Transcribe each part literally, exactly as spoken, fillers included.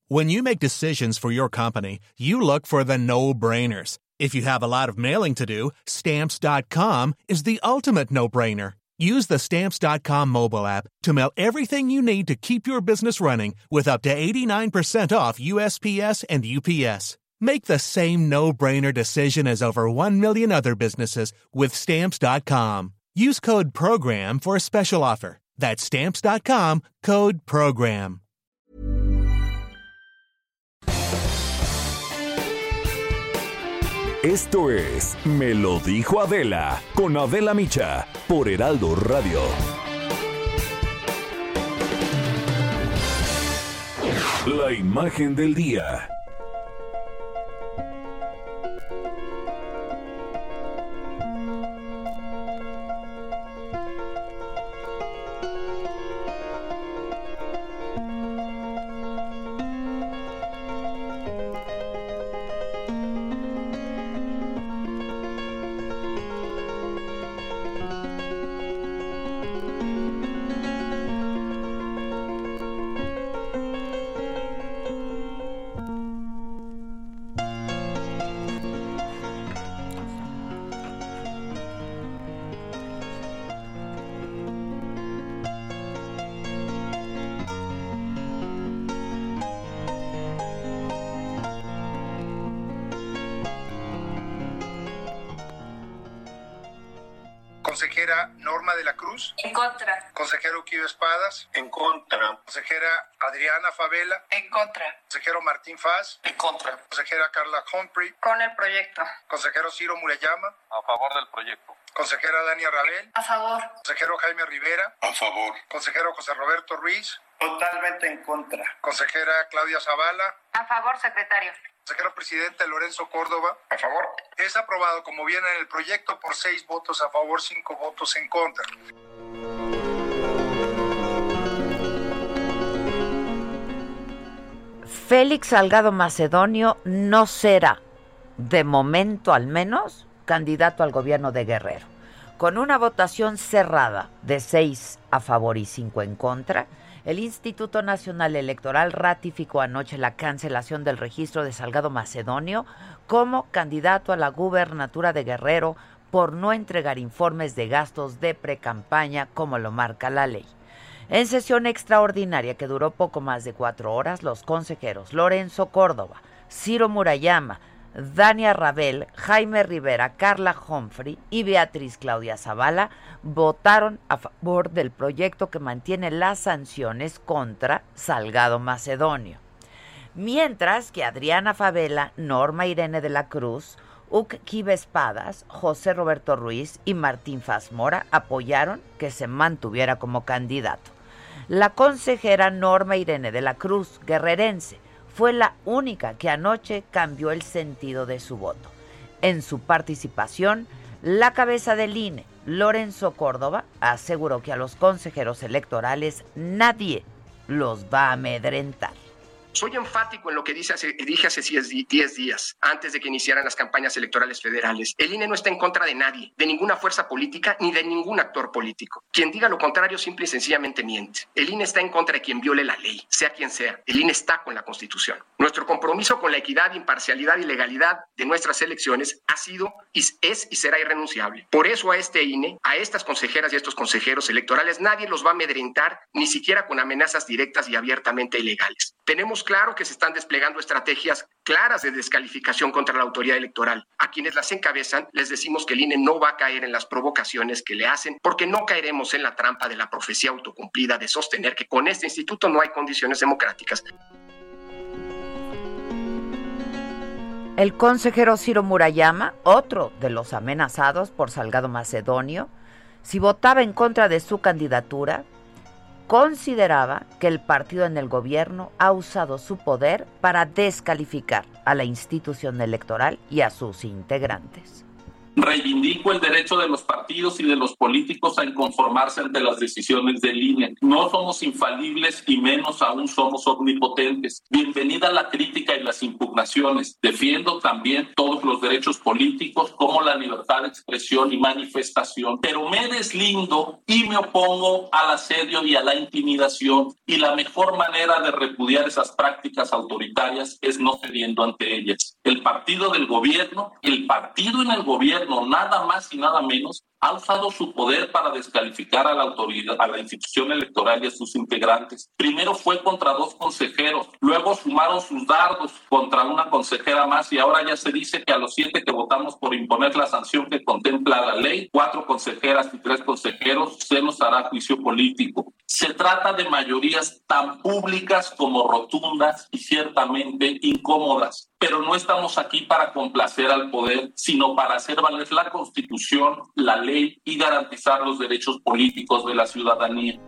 When you make decisions for your company, you look for the no-brainers. If you have a lot of mailing to do, Stamps dot com is the ultimate no-brainer. Use the Stamps dot com mobile app to mail everything you need to keep your business running with up to eighty-nine percent off U S P S and U P S. Make the same no-brainer decision as over one million other businesses with Stamps dot com. Use code PROGRAM for a special offer. That's Stamps dot com, code PROGRAM. Esto es Me lo dijo Adela, con Adela Micha, por Heraldo Radio. La imagen del día. Consejera Norma de la Cruz. En contra. Consejero Quío Espadas. En contra. Consejera Adriana Favela. En contra. Consejero Martín Faz. En contra. Consejera Carla Humphrey. Con el proyecto. Consejero Ciro Murayama. A favor del proyecto. Consejera Dania Rabel. A favor. Consejero Jaime Rivera. A favor. Consejero José Roberto Ruiz. Totalmente en contra. Consejera Claudia Zavala. A favor, secretario. Consejero presidente Lorenzo Córdoba. A favor. Es aprobado como viene en el proyecto por seis votos a favor, cinco votos en contra. Félix Salgado Macedonio no será, de momento al menos, candidato al gobierno de Guerrero. Con una votación cerrada de seis a favor y cinco en contra, el Instituto Nacional Electoral ratificó anoche la cancelación del registro de Salgado Macedonio como candidato a la gubernatura de Guerrero por no entregar informes de gastos de precampaña como lo marca la ley. En sesión extraordinaria que duró poco más de cuatro horas, los consejeros Lorenzo Córdoba, Ciro Murayama, Dania Rabel, Jaime Rivera, Carla Humphrey y Beatriz Claudia Zavala votaron a favor del proyecto que mantiene las sanciones contra Salgado Macedonio. Mientras que Adriana Favela, Norma Irene de la Cruz, Uc Quive Espadas, José Roberto Ruiz y Martín Faz Mora apoyaron que se mantuviera como candidato. La consejera Norma Irene de la Cruz, guerrerense, fue la única que anoche cambió el sentido de su voto. En su participación, la cabeza del I N E, Lorenzo Córdoba, aseguró que a los consejeros electorales nadie los va a amedrentar. Soy enfático en lo que dice hace, dije hace diez días, antes de que iniciaran las campañas electorales federales. El I N E no está en contra de nadie, de ninguna fuerza política ni de ningún actor político. Quien diga lo contrario simple y sencillamente miente. El I N E está en contra de quien viole la ley, sea quien sea. El I N E está con la Constitución. Nuestro compromiso con la equidad, imparcialidad y legalidad de nuestras elecciones ha sido, es y será irrenunciable. Por eso a este I N E, a estas consejeras y a estos consejeros electorales, nadie los va a amedrentar, ni siquiera con amenazas directas y abiertamente ilegales. Tenemos claro que se están desplegando estrategias claras de descalificación contra la autoridad electoral. A quienes las encabezan les decimos que el I N E no va a caer en las provocaciones que le hacen, porque no caeremos en la trampa de la profecía autocumplida de sostener que con este instituto no hay condiciones democráticas. El consejero Ciro Murayama, otro de los amenazados por Salgado Macedonio, si votaba en contra de su candidatura, consideraba que el partido en el gobierno ha usado su poder para descalificar a la institución electoral y a sus integrantes. Reivindico el derecho de los partidos y de los políticos a inconformarse ante las decisiones del I N E. No somos infalibles y menos aún somos omnipotentes. Bienvenida la crítica y las impugnaciones. Defiendo también todos los derechos políticos como la libertad de expresión y manifestación, pero me deslindo y me opongo al asedio y a la intimidación, y la mejor manera de repudiar esas prácticas autoritarias es no cediendo ante ellas. El partido del gobierno, el partido en el gobierno, nada más y nada menos, ha usado su poder para descalificar a la autoridad, a la institución electoral y a sus integrantes. Primero fue contra dos consejeros, luego sumaron sus dardos contra una consejera más, y ahora ya se dice que a los siete que votamos por imponer la sanción que contempla la ley, cuatro consejeras y tres consejeros, se nos hará juicio político. Se trata de mayorías tan públicas como rotundas y ciertamente incómodas, pero no estamos aquí para complacer al poder, sino para hacer valer la Constitución, la ley y garantizar los derechos políticos de la ciudadanía.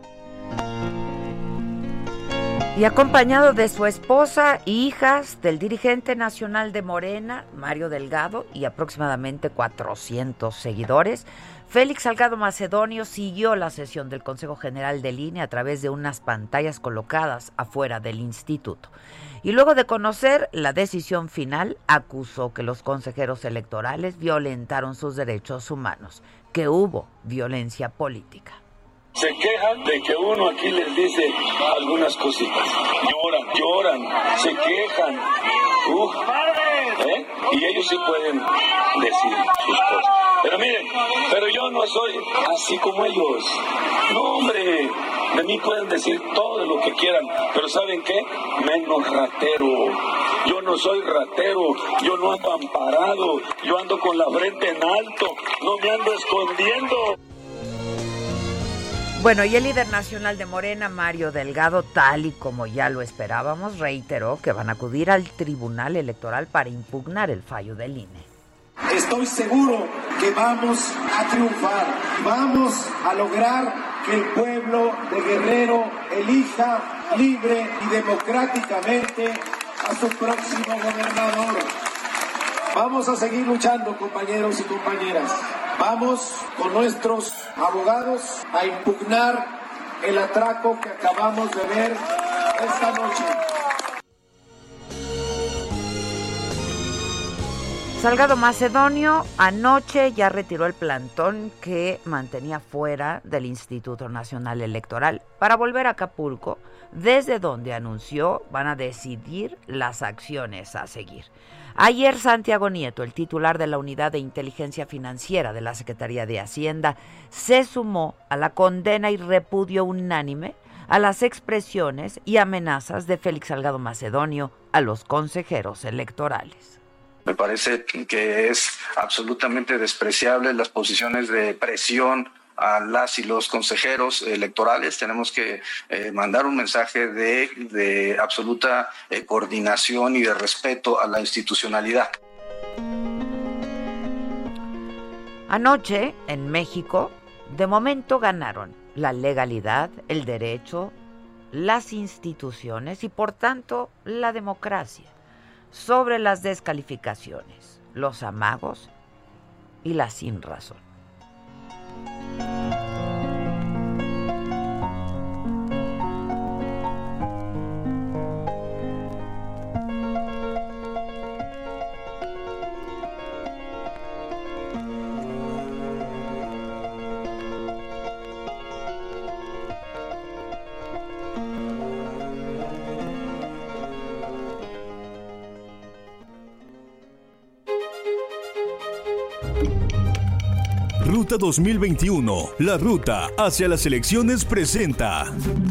Y acompañado de su esposa, hijas, del dirigente nacional de Morena, Mario Delgado, y aproximadamente cuatrocientos seguidores, Félix Salgado Macedonio siguió la sesión del Consejo General del I N E a través de unas pantallas colocadas afuera del instituto. Y luego de conocer la decisión final, acusó que los consejeros electorales violentaron sus derechos humanos, que hubo violencia política. Se quejan de que uno aquí les dice algunas cositas. Lloran, lloran, se quejan. Uf, ¿eh? Y ellos sí pueden decir sus cosas. Pero miren, pero yo no soy así como ellos. No, hombre, de mí pueden decir todo lo que quieran, pero ¿saben qué? Menos ratero. Yo no soy ratero, yo no ando amparado, yo ando con la frente en alto, no me ando escondiendo. Bueno, y el líder nacional de Morena, Mario Delgado, tal y como ya lo esperábamos, reiteró que van a acudir al Tribunal Electoral para impugnar el fallo del I N E. Estoy seguro que vamos a triunfar, vamos a lograr que el pueblo de Guerrero elija libre y democráticamente a su próximo gobernador. Vamos a seguir luchando, compañeros y compañeras. Vamos con nuestros abogados a impugnar el atraco que acabamos de ver esta noche. Salgado Macedonio anoche ya retiró el plantón que mantenía fuera del Instituto Nacional Electoral para volver a Acapulco, desde donde anunció van a decidir las acciones a seguir. Ayer Santiago Nieto, el titular de la Unidad de Inteligencia Financiera de la Secretaría de Hacienda, se sumó a la condena y repudio unánime a las expresiones y amenazas de Félix Salgado Macedonio a los consejeros electorales. Me parece que es absolutamente despreciable las posiciones de presión a las y los consejeros electorales. Tenemos que eh, mandar un mensaje de, de absoluta eh, coordinación y de respeto a la institucionalidad. Anoche, en México, de momento ganaron la legalidad, el derecho, las instituciones y, por tanto, la democracia sobre las descalificaciones, los amagos y la sinrazón. Ruta dos mil veintiuno, la ruta hacia las elecciones presenta.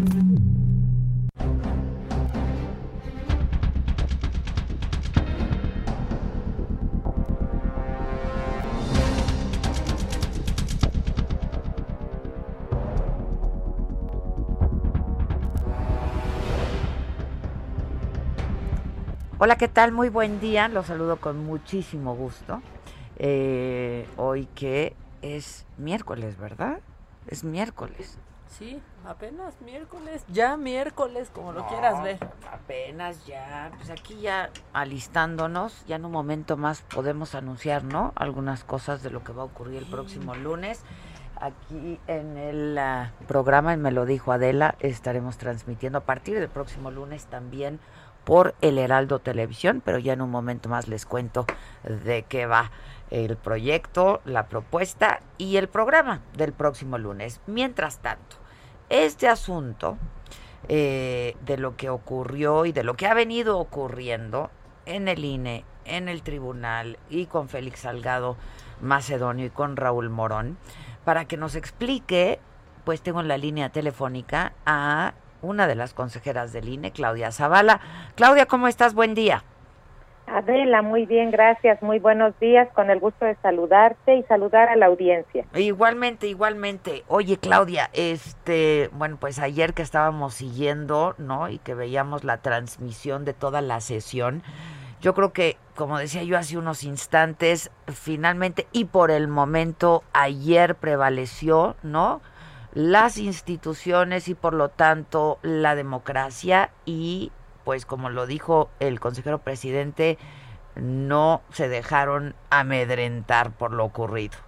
Hola, ¿qué tal? Muy buen día, los saludo con muchísimo gusto. Eh, hoy que es miércoles, ¿verdad? Es miércoles. Sí, apenas miércoles, ya miércoles, como lo no, quieras ver. Apenas ya, pues aquí ya alistándonos, ya en un momento más podemos anunciar, ¿no? Algunas cosas de lo que va a ocurrir el próximo lunes. Aquí en el uh, programa, y me lo dijo Adela, estaremos transmitiendo a partir del próximo lunes también por el Heraldo Televisión, pero ya en un momento más les cuento de qué va el proyecto, la propuesta y el programa del próximo lunes. Mientras tanto, este asunto eh, de lo que ocurrió y de lo que ha venido ocurriendo en el I N E, en el tribunal y con Félix Salgado Macedonio y con Raúl Morón, para que nos explique, pues tengo en la línea telefónica a una de las consejeras del I N E, Claudia Zavala. Claudia, ¿cómo estás? Buen día. Adela, muy bien, gracias, muy buenos días, con el gusto de saludarte y saludar a la audiencia. Igualmente, igualmente. Oye, Claudia, este, bueno, pues ayer que estábamos siguiendo, ¿no? Y que veíamos la transmisión de toda la sesión, yo creo que, como decía yo hace unos instantes, finalmente y por el momento ayer prevaleció, ¿no? Las instituciones y por lo tanto la democracia y pues como lo dijo el consejero presidente, no se dejaron amedrentar por lo ocurrido.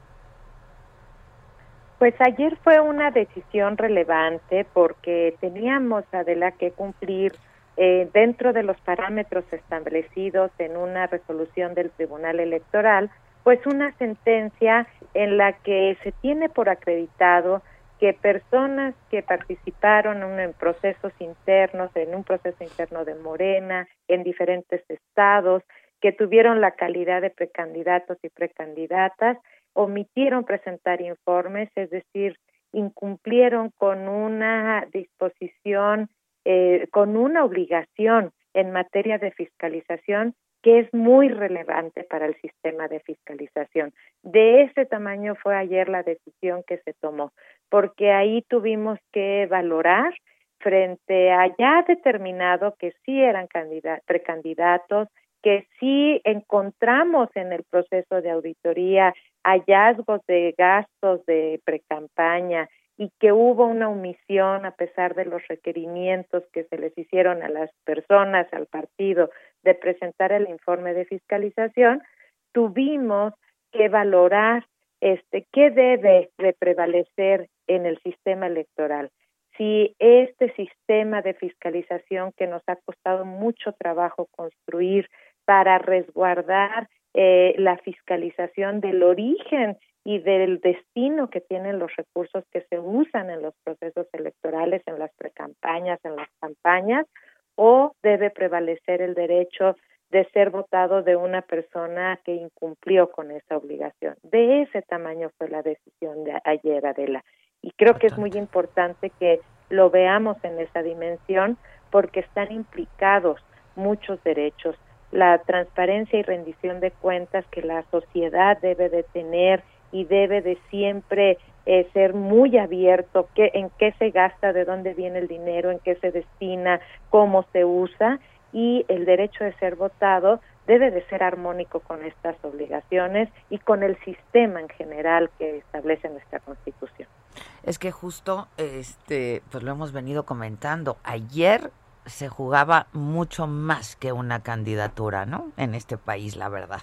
Pues ayer fue una decisión relevante porque teníamos, Adela, que cumplir eh, dentro de los parámetros establecidos en una resolución del Tribunal Electoral, pues una sentencia en la que se tiene por acreditado que personas que participaron en procesos internos, en un proceso interno de Morena, en diferentes estados, que tuvieron la calidad de precandidatos y precandidatas, omitieron presentar informes, es decir, incumplieron con una disposición, eh, con una obligación en materia de fiscalización que es muy relevante para el sistema de fiscalización. De ese tamaño fue ayer la decisión que se tomó, porque ahí tuvimos que valorar frente a ya determinado que sí eran candidatos, precandidatos, que sí encontramos en el proceso de auditoría hallazgos de gastos de precampaña y que hubo una omisión a pesar de los requerimientos que se les hicieron a las personas, al partido, de presentar el informe de fiscalización, tuvimos que valorar este qué debe de prevalecer en el sistema electoral. Si este sistema de fiscalización que nos ha costado mucho trabajo construir para resguardar eh, la fiscalización del origen y del destino que tienen los recursos que se usan en los procesos electorales, en las precampañas, en las campañas, o debe prevalecer el derecho de ser votado de una persona que incumplió con esa obligación. De ese tamaño fue la decisión de ayer, Adela. Y creo que es muy importante que lo veamos en esa dimensión porque están implicados muchos derechos. La transparencia y rendición de cuentas que la sociedad debe de tener y debe de siempre eh, ser muy abierto qué, en qué se gasta, de dónde viene el dinero, en qué se destina, cómo se usa, y el derecho de ser votado debe de ser armónico con estas obligaciones y con el sistema en general que establece nuestra Constitución. Es que justo, este, pues lo hemos venido comentando, ayer se jugaba mucho más que una candidatura, ¿no? En este país, la verdad.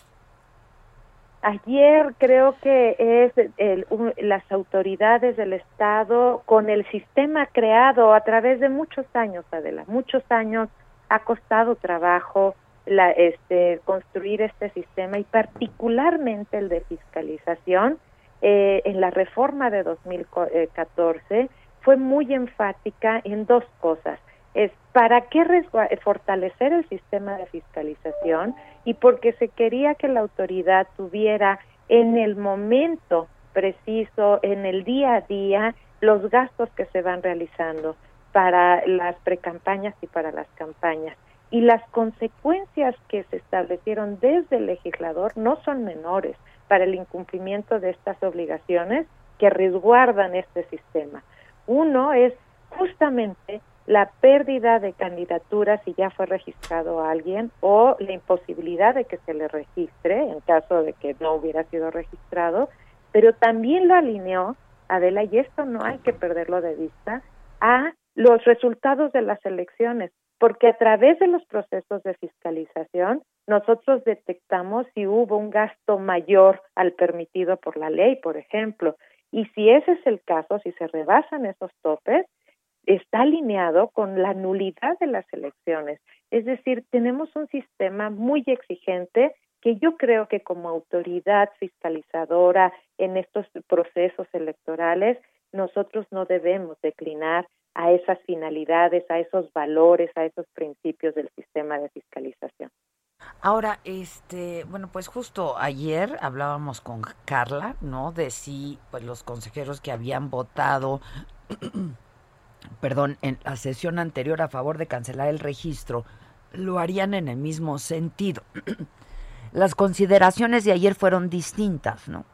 Ayer creo que es el, un, las autoridades del Estado con el sistema creado a través de muchos años, Adela, muchos años ha costado trabajo la, este, construir este sistema y particularmente el de fiscalización. Eh, en la reforma de dos mil catorce fue muy enfática en dos cosas. Es para qué fortalecer el sistema de fiscalización y porque se quería que la autoridad tuviera en el momento preciso, en el día a día, los gastos que se van realizando para las precampañas y para las campañas. Y las consecuencias que se establecieron desde el legislador no son menores para el incumplimiento de estas obligaciones que resguardan este sistema. Uno es justamente la pérdida de candidaturas si ya fue registrado a alguien o la imposibilidad de que se le registre en caso de que no hubiera sido registrado, pero también lo alineó Adela, y esto no hay que perderlo de vista, a los resultados de las elecciones, porque a través de los procesos de fiscalización nosotros detectamos si hubo un gasto mayor al permitido por la ley, por ejemplo, y si ese es el caso, si se rebasan esos topes, está alineado con la nulidad de las elecciones. Es decir, tenemos un sistema muy exigente que yo creo que como autoridad fiscalizadora en estos procesos electorales, nosotros no debemos declinar a esas finalidades, a esos valores, a esos principios del sistema de fiscalización. Ahora, este, bueno, pues justo ayer hablábamos con Carla, ¿no? De si pues los consejeros que habían votado, perdón, en la sesión anterior a favor de cancelar el registro, lo harían en el mismo sentido. Las consideraciones de ayer fueron distintas, ¿no?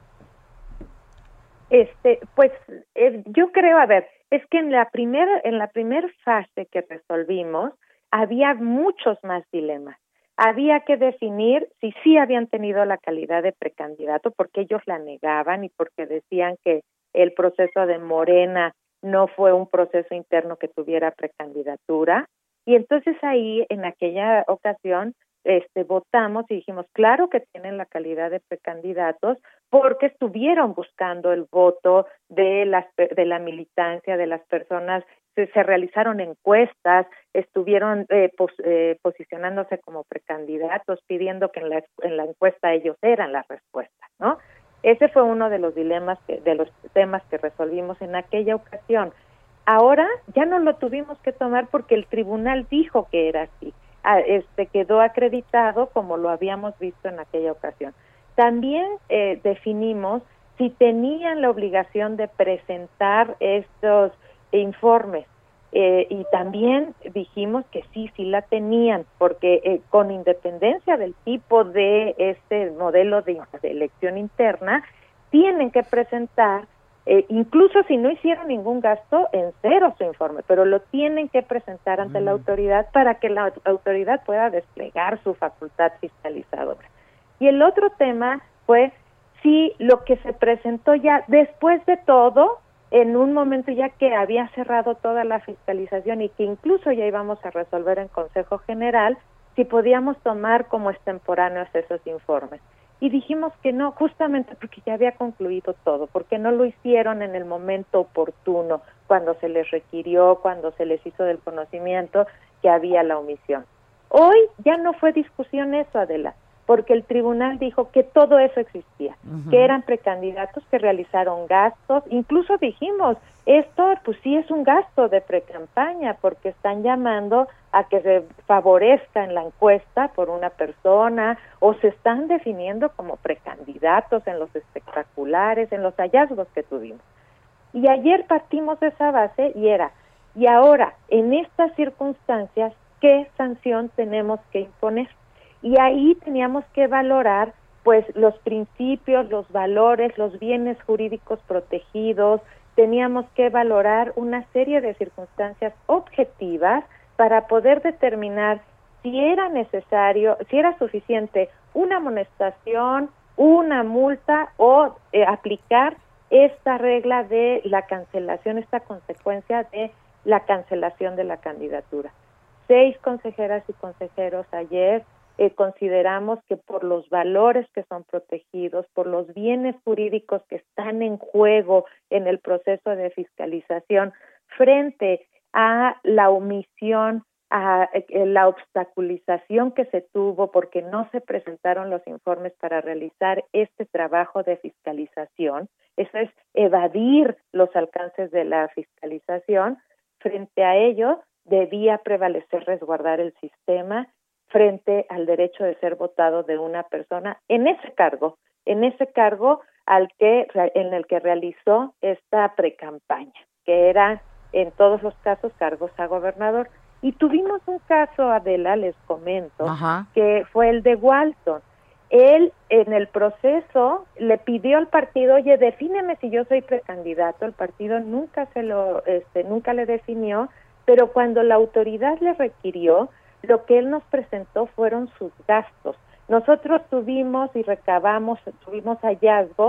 Este, pues eh, yo creo, a ver, es que en la primera en la primera fase que resolvimos había muchos más dilemas. Había que definir si sí habían tenido la calidad de precandidato, porque ellos la negaban y porque decían que el proceso de Morena no fue un proceso interno que tuviera precandidatura. Y entonces ahí, en aquella ocasión, este, votamos y dijimos, claro que tienen la calidad de precandidatos, porque estuvieron buscando el voto de las de la militancia, de las personas, se, se realizaron encuestas, estuvieron eh, pos, eh, posicionándose como precandidatos, pidiendo que en la, en la encuesta ellos eran la respuesta, ¿no? Ese fue uno de los dilemas, que, de los temas que resolvimos en aquella ocasión. Ahora ya no lo tuvimos que tomar porque el tribunal dijo que era así. Ah, este quedó acreditado como lo habíamos visto en aquella ocasión. También eh, definimos si tenían la obligación de presentar estos informes eh, y también dijimos que sí, sí la tenían, porque eh, con independencia del tipo de este modelo de, de elección interna, tienen que presentar, eh, incluso si no hicieron ningún gasto, en cero su informe, pero lo tienen que presentar ante mm. la autoridad para que la autoridad pueda desplegar su facultad fiscalizadora. Y el otro tema fue si lo que se presentó ya después de todo, en un momento ya que había cerrado toda la fiscalización y que incluso ya íbamos a resolver en Consejo General, si podíamos tomar como extemporáneos esos informes. Y dijimos que no, justamente porque ya había concluido todo, porque no lo hicieron en el momento oportuno, cuando se les requirió, cuando se les hizo del conocimiento que había la omisión. Hoy ya no fue discusión eso, Adela, porque el tribunal dijo que todo eso existía, uh-huh. que eran precandidatos que realizaron gastos, incluso dijimos, esto pues sí es un gasto de precampaña, porque están llamando a que se favorezca en la encuesta por una persona, o se están definiendo como precandidatos en los espectaculares, en los hallazgos que tuvimos. Y ayer partimos de esa base y era, y ahora, en estas circunstancias, ¿qué sanción tenemos que imponer? Y ahí teníamos que valorar pues los principios, los valores, los bienes jurídicos protegidos, teníamos que valorar una serie de circunstancias objetivas para poder determinar si era necesario, si era suficiente una amonestación, una multa o eh, aplicar esta regla de la cancelación, esta consecuencia de la cancelación de la candidatura. Seis consejeras y consejeros ayer Eh, consideramos que por los valores que son protegidos, por los bienes jurídicos que están en juego en el proceso de fiscalización, frente a la omisión, a eh, la obstaculización que se tuvo porque no se presentaron los informes para realizar este trabajo de fiscalización, eso es evadir los alcances de la fiscalización, frente a ello debía prevalecer resguardar el sistema frente al derecho de ser votado de una persona en ese cargo, en ese cargo al que en el que realizó esta precampaña, que era en todos los casos cargos a gobernador. Y tuvimos un caso, Adela, les comento, Ajá. que fue el de Walton. Él en el proceso le pidió al partido, oye, defíneme si yo soy precandidato. El partido nunca se lo, este, nunca le definió, pero cuando la autoridad le requirió, lo que él nos presentó fueron sus gastos. Nosotros tuvimos y recabamos, tuvimos hallazgos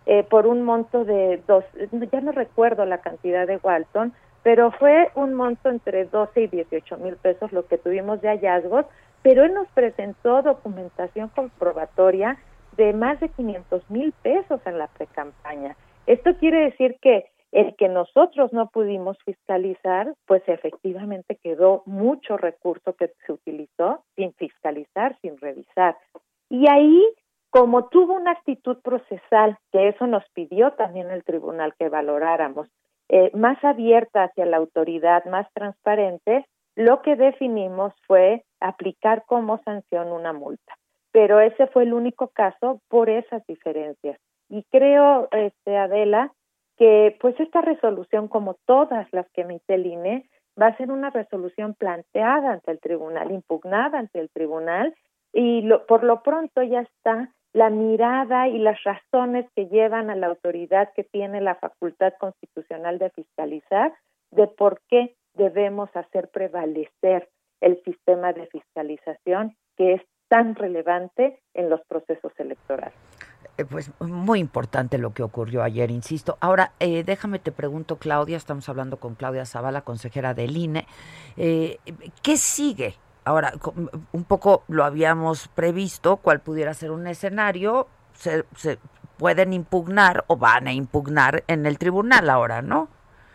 eh, por un monto de dos, ya no recuerdo la cantidad de Walton, pero fue un monto entre doce y dieciocho mil pesos lo que tuvimos de hallazgos, pero él nos presentó documentación comprobatoria de más de quinientos mil pesos en la precampaña. Esto quiere decir que el que nosotros no pudimos fiscalizar, pues efectivamente quedó mucho recurso que se utilizó sin fiscalizar, sin revisar. Y ahí, como tuvo una actitud procesal, que eso nos pidió también el tribunal que valoráramos, eh, más abierta hacia la autoridad, más transparente, lo que definimos fue aplicar como sanción una multa. Pero ese fue el único caso por esas diferencias. Y creo, este, Adela, que pues esta resolución, como todas las que emite el I N E, va a ser una resolución planteada ante el tribunal, impugnada ante el tribunal, y lo, por lo pronto ya está la mirada y las razones que llevan a la autoridad que tiene la facultad constitucional de fiscalizar, de por qué debemos hacer prevalecer el sistema de fiscalización que es tan relevante en los procesos electorales. Eh, pues muy importante lo que ocurrió ayer, insisto. Ahora, eh, déjame te pregunto, Claudia, estamos hablando con Claudia Zavala, consejera del I N E, eh, ¿qué sigue? Ahora, un poco lo habíamos previsto, cuál pudiera ser un escenario, se, se pueden impugnar o van a impugnar en el tribunal ahora, ¿no?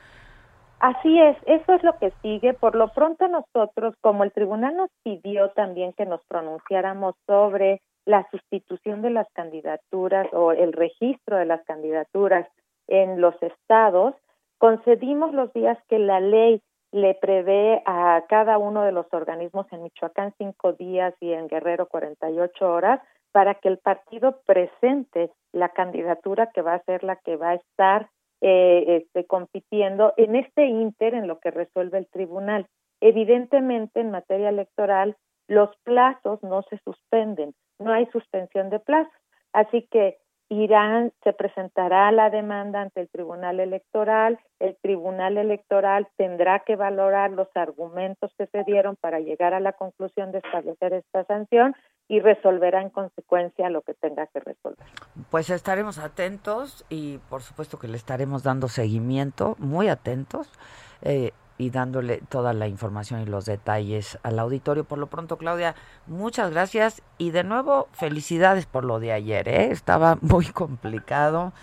Así es, eso es lo que sigue. Por lo pronto nosotros, como el tribunal nos pidió también que nos pronunciáramos sobre la sustitución de las candidaturas o el registro de las candidaturas en los estados, concedimos los días que la ley le prevé a cada uno de los organismos, en Michoacán cinco días y en Guerrero cuarenta y ocho horas, para que el partido presente la candidatura que va a ser la que va a estar eh, este, compitiendo en este ínter en lo que resuelve el tribunal. Evidentemente, en materia electoral, los plazos no se suspenden, no hay suspensión de plazos, así que irán, se presentará la demanda ante el Tribunal Electoral, el Tribunal Electoral tendrá que valorar los argumentos que se dieron para llegar a la conclusión de establecer esta sanción y resolverá en consecuencia lo que tenga que resolver. Pues estaremos atentos y por supuesto que le estaremos dando seguimiento, muy atentos, eh, y dándole toda la información y los detalles al auditorio. Por lo pronto, Claudia, muchas gracias y de nuevo felicidades por lo de ayer, ¿eh? Estaba muy complicado,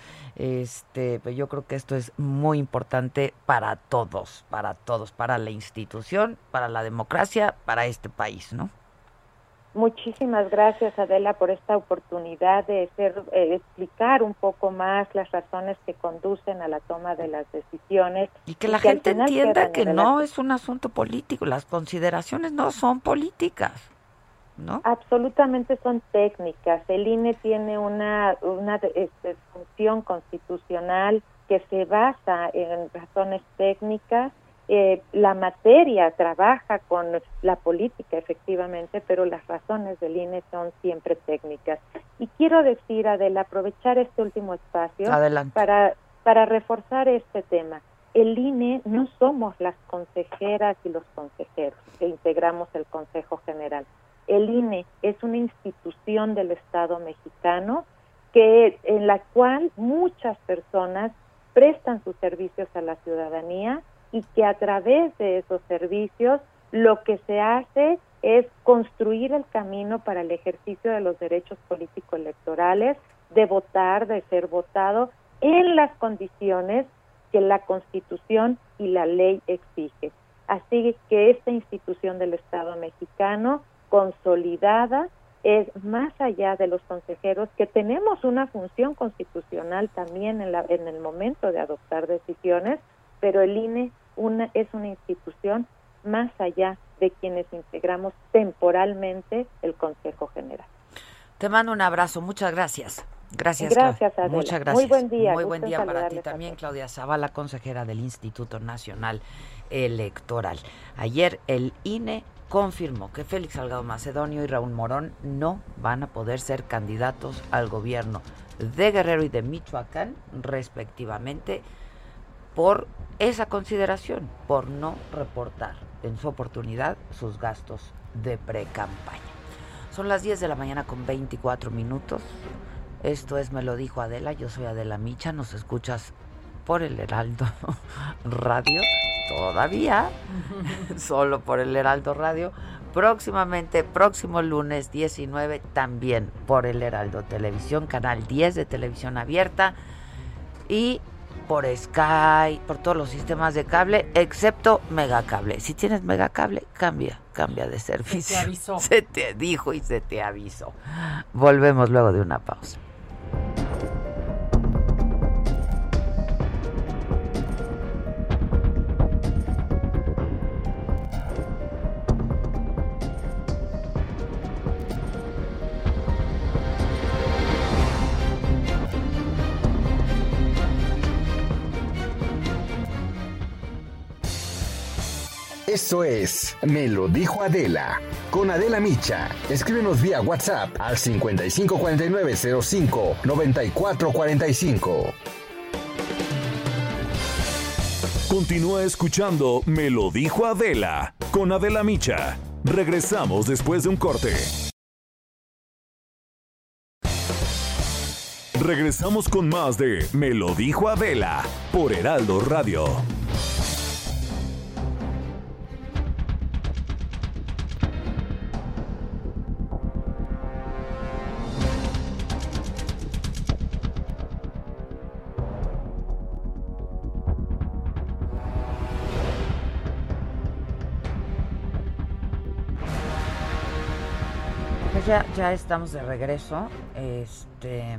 este, pero yo creo que esto es muy importante para todos, para todos, para la institución, para la democracia, para este país, ¿no? Muchísimas gracias, Adela, por esta oportunidad de ser, eh, explicar un poco más las razones que conducen a la toma de las decisiones. Y que la y que gente entienda que no es un asunto político, las consideraciones no son políticas, ¿no? Absolutamente son técnicas. El I N E tiene una, una este, función constitucional que se basa en razones técnicas. Eh, la materia trabaja con la política, efectivamente, pero las razones del I N E son siempre técnicas. Y quiero decir, Adela, aprovechar este último espacio para para reforzar este tema. El I N E no somos las consejeras y los consejeros que integramos el Consejo General. El I N E es una institución del Estado mexicano que en la cual muchas personas prestan sus servicios a la ciudadanía y que a través de esos servicios lo que se hace es construir el camino para el ejercicio de los derechos político-electorales, de votar, de ser votado, en las condiciones que la Constitución y la ley exige. Así que esta institución del Estado mexicano, consolidada, es más allá de los consejeros, que tenemos una función constitucional también en, la, en el momento de adoptar decisiones, pero el I N E una, es una institución más allá de quienes integramos temporalmente el Consejo General. Te mando un abrazo, muchas gracias. Gracias, gracias Adela. Muchas gracias. Muy buen día. Muy buen día para ti también, Claudia Zavala, consejera del Instituto Nacional Electoral. Ayer el I N E confirmó que Félix Salgado Macedonio y Raúl Morón no van a poder ser candidatos al gobierno de Guerrero y de Michoacán, respectivamente, por esa consideración, por no reportar en su oportunidad sus gastos de precampaña. Son las diez de la mañana con veinticuatro minutos. Esto es Me lo dijo Adela, yo soy Adela Micha, nos escuchas por el Heraldo Radio, todavía, solo por el Heraldo Radio, próximamente, próximo lunes diecinueve, también por el Heraldo Televisión, canal diez de televisión abierta, y por Sky, por todos los sistemas de cable, excepto Megacable. Si tienes Megacable, cambia, cambia de servicio. Se te avisó. Se te dijo y se te avisó. Volvemos luego de una pausa. Esto es Me lo dijo Adela, con Adela Micha. Escríbenos vía WhatsApp al cincuenta y cinco cuarenta y nueve cero cinco noventa y cuatro cuarenta y cinco. Continúa escuchando Me lo dijo Adela, con Adela Micha. Regresamos después de un corte. Regresamos con más de Me lo dijo Adela, por Heraldo Radio. Ya, ya estamos de regreso, este,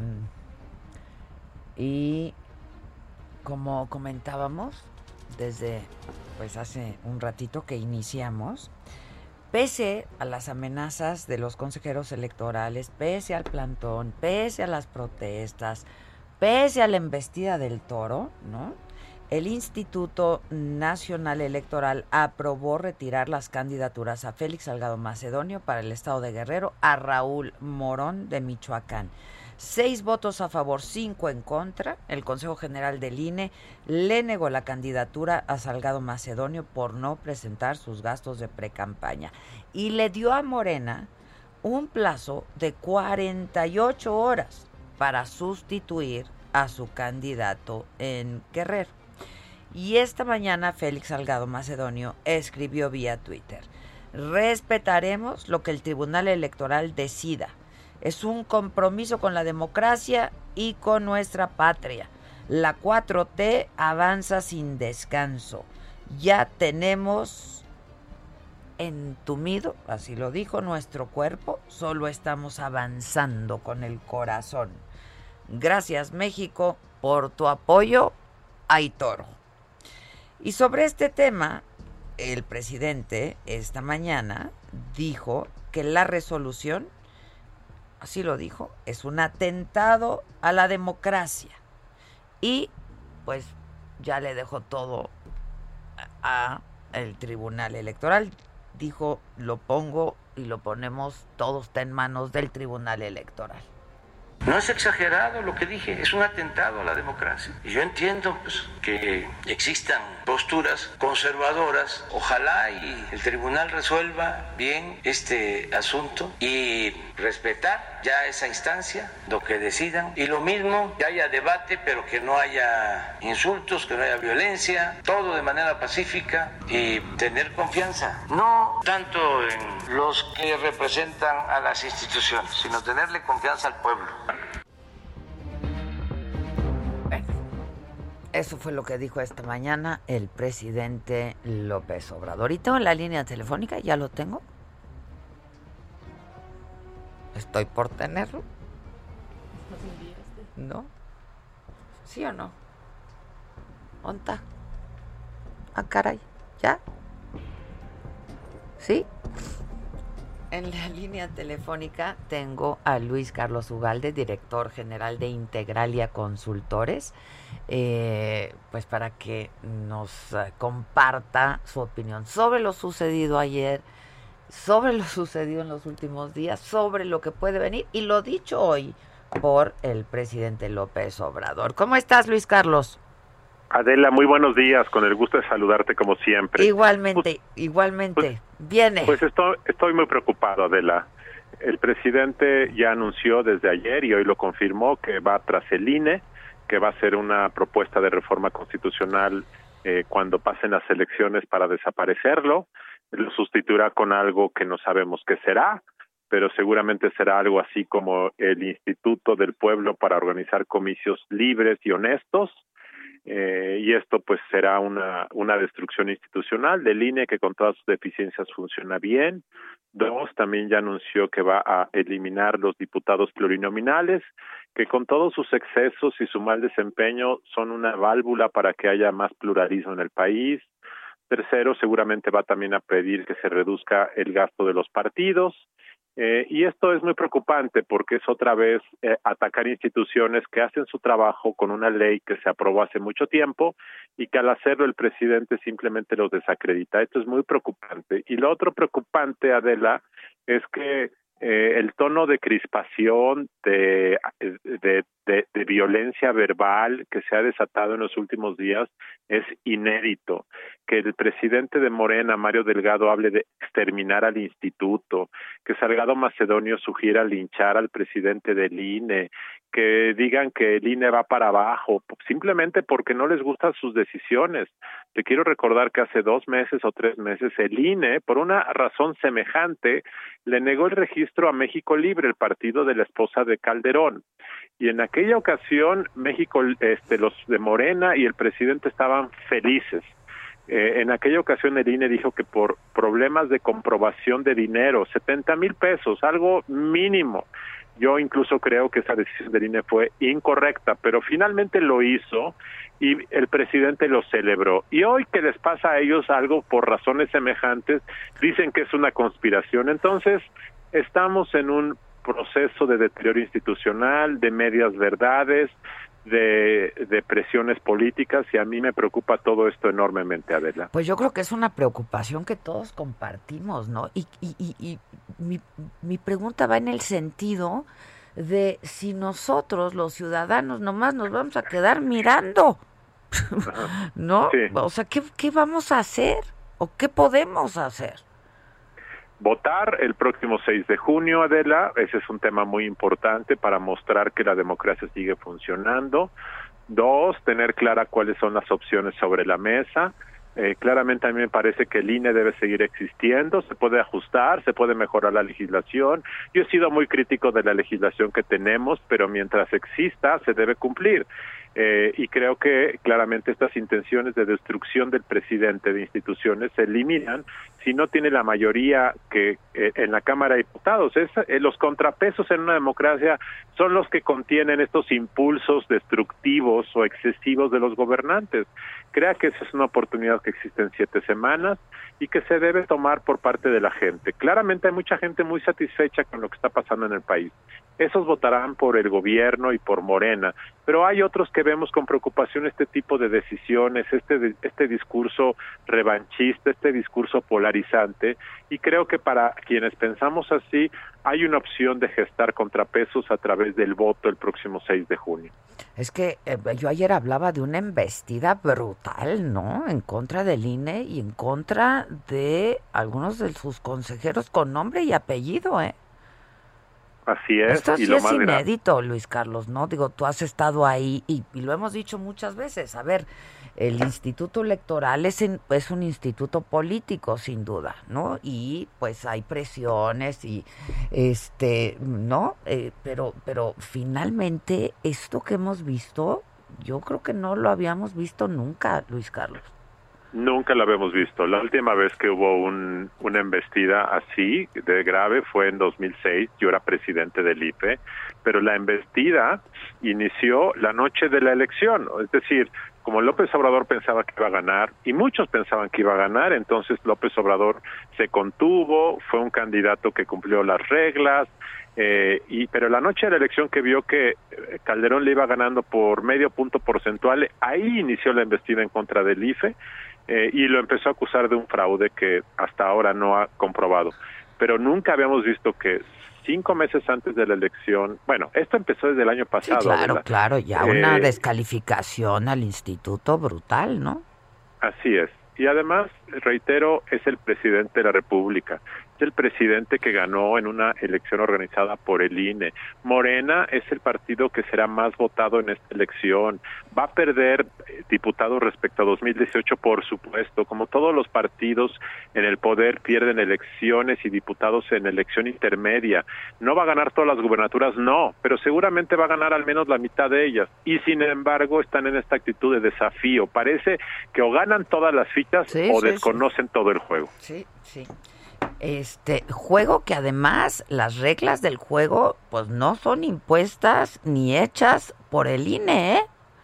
y como comentábamos desde pues hace un ratito que iniciamos, pese a las amenazas de los consejeros electorales, pese al plantón, pese a las protestas, pese a la embestida del toro, ¿no? El Instituto Nacional Electoral aprobó retirar las candidaturas a Félix Salgado Macedonio para el estado de Guerrero, a Raúl Morón de Michoacán. Seis votos a favor, cinco en contra. El Consejo General del I N E le negó la candidatura a Salgado Macedonio por no presentar sus gastos de precampaña y le dio a Morena un plazo de cuarenta y ocho horas para sustituir a su candidato en Guerrero. Y esta mañana Félix Salgado Macedonio escribió vía Twitter: respetaremos lo que el Tribunal Electoral decida. Es un compromiso con la democracia y con nuestra patria. La cuatro T avanza sin descanso. Ya tenemos entumido, así lo dijo, nuestro cuerpo. Solo estamos avanzando con el corazón. Gracias, México, por tu apoyo. Hay toro. Y sobre este tema, el presidente esta mañana dijo que la resolución, así lo dijo, es un atentado a la democracia. Y pues ya le dejó todo a el Tribunal Electoral. Dijo, lo pongo y lo ponemos, todo está en manos del Tribunal Electoral. No es exagerado lo que dije, es un atentado a la democracia. Y yo entiendo pues, que existan posturas conservadoras. Ojalá y el tribunal resuelva bien este asunto y respetar ya esa instancia, lo que decidan. Y lo mismo, que haya debate, pero que no haya insultos, que no haya violencia, todo de manera pacífica y tener confianza. No tanto en los que representan a las instituciones, sino tenerle confianza al pueblo. Eso fue lo que dijo esta mañana el presidente López Obrador. Y tengo en la línea telefónica, ya lo tengo. Estoy por tenerlo. ¿No? ¿Sí o no? ¿Onta? Ah, caray. ¿Ya? ¿Sí? En la línea telefónica tengo a Luis Carlos Ugalde, director general de Integralia Consultores, eh, pues para que nos uh, comparta su opinión sobre lo sucedido ayer, sobre lo sucedido en los últimos días, sobre lo que puede venir y lo dicho hoy por el presidente López Obrador. ¿Cómo estás, Luis Carlos? Adela, muy buenos días, con el gusto de saludarte como siempre. Igualmente, pues, igualmente. Pues, Viene. Pues estoy, estoy muy preocupado, Adela. el presidente ya anunció desde ayer y hoy lo confirmó que va tras el I N E, que va a hacer una propuesta de reforma constitucional eh, cuando pasen las elecciones para desaparecerlo. Lo sustituirá con algo que no sabemos qué será, pero seguramente será algo así como el Instituto del Pueblo para organizar comicios libres y honestos, eh, y esto pues será una, una destrucción institucional del I N E que con todas sus deficiencias funciona bien. Dos, también ya anunció que va a eliminar los diputados plurinominales, que con todos sus excesos y su mal desempeño son una válvula para que haya más pluralismo en el país. Tercero, seguramente va también a pedir que se reduzca el gasto de los partidos. Eh, y esto es muy preocupante porque es otra vez eh, atacar instituciones que hacen su trabajo con una ley que se aprobó hace mucho tiempo y que al hacerlo el presidente simplemente los desacredita. Esto es muy preocupante. Y lo otro preocupante, Adela, es que eh, el tono de crispación, de, de, de, de violencia verbal que se ha desatado en los últimos días es inédito. Que el presidente de Morena, Mario Delgado, hable de exterminar al instituto, que Salgado Macedonio sugiera linchar al presidente del I N E, que digan que el I N E va para abajo, simplemente porque no les gustan sus decisiones. Te quiero recordar que hace dos meses o tres meses el I N E, por una razón semejante, le negó el registro a México Libre, el partido de la esposa de Calderón. Y en aquella ocasión, México, este, los de Morena y el presidente estaban felices. Eh, en aquella ocasión el I N E dijo que por problemas de comprobación de dinero, setenta mil pesos, algo mínimo. Yo incluso creo que esa decisión del I N E fue incorrecta, pero finalmente lo hizo y el presidente lo celebró. Y hoy que les pasa a ellos algo por razones semejantes, dicen que es una conspiración. Entonces, estamos en un proceso de deterioro institucional, de medias verdades, de, de presiones políticas, y a mí me preocupa todo esto enormemente, Adela. Pues yo creo que es una preocupación que todos compartimos, ¿no? Y, y, y, y mi, mi pregunta va en el sentido de si nosotros, los ciudadanos, nomás nos vamos a quedar mirando, ¿no? Sí. O sea, ¿qué, qué vamos a hacer? ¿O qué podemos hacer? Votar el próximo seis de junio, Adela, ese es un tema muy importante para mostrar que la democracia sigue funcionando. Dos, tener clara cuáles son las opciones sobre la mesa. Eh, claramente a mí me parece que el I N E debe seguir existiendo, se puede ajustar, se puede mejorar la legislación. Yo he sido muy crítico de la legislación que tenemos, pero mientras exista se debe cumplir. Eh, y creo que claramente estas intenciones de destrucción del presidente de instituciones se eliminan si no tiene la mayoría que eh, en la Cámara de Diputados. Es, eh, los contrapesos en una democracia son los que contienen estos impulsos destructivos o excesivos de los gobernantes. Crea que esa es una oportunidad que existe en siete semanas y que se debe tomar por parte de la gente. Claramente hay mucha gente muy satisfecha con lo que está pasando en el país. Esos votarán por el gobierno y por Morena, pero hay otros que vemos con preocupación este tipo de decisiones, este este discurso revanchista, este discurso polarizante, y creo que para quienes pensamos así hay una opción de gestar contrapesos a través del voto el próximo seis de junio. Es que eh, yo ayer hablaba de una embestida brutal, ¿no? En contra del I N E y en contra de algunos de sus consejeros con nombre y apellido, ¿eh? Así es. Esto sí y lo es más inédito, grave. Luis Carlos, ¿no? Digo, tú has estado ahí y, y lo hemos dicho muchas veces. A ver, el Instituto Electoral es, en, es un instituto político, sin duda, ¿no? Y pues hay presiones y, este, ¿no? Eh, pero, pero finalmente esto que hemos visto, yo creo que no lo habíamos visto nunca, Luis Carlos. Nunca lo habíamos visto. La última vez que hubo un, una embestida así de grave fue en dos mil seis. Yo era presidente del I F E, pero la embestida inició la noche de la elección. Es decir, como López Obrador pensaba que iba a ganar, y muchos pensaban que iba a ganar, entonces López Obrador se contuvo, fue un candidato que cumplió las reglas, eh, y pero la noche de la elección que vio que Calderón le iba ganando por medio punto porcentual, ahí inició la embestida en contra del I F E, eh, y lo empezó a acusar de un fraude que hasta ahora no ha comprobado. Pero nunca habíamos visto que cinco meses antes de la elección, bueno, esto empezó desde el año pasado. Sí, claro, ¿verdad? claro, ya una Eh, descalificación al instituto brutal, ¿no? Así es. Y además, reitero, es el presidente de la República. el presidente que ganó en una elección organizada por el I N E. Morena es el partido que será más votado en esta elección. Va a perder eh, diputados respecto a dos mil dieciocho, por supuesto. Como todos los partidos en el poder pierden elecciones y diputados en elección intermedia. No va a ganar todas las gubernaturas, no, pero seguramente va a ganar al menos la mitad de ellas. Y sin embargo están en esta actitud de desafío. Parece que o ganan todas las fichas sí, o sí, desconocen sí. todo el juego. Sí, sí. Este juego que además las reglas del juego pues no son impuestas ni hechas por el I N E, ¿eh?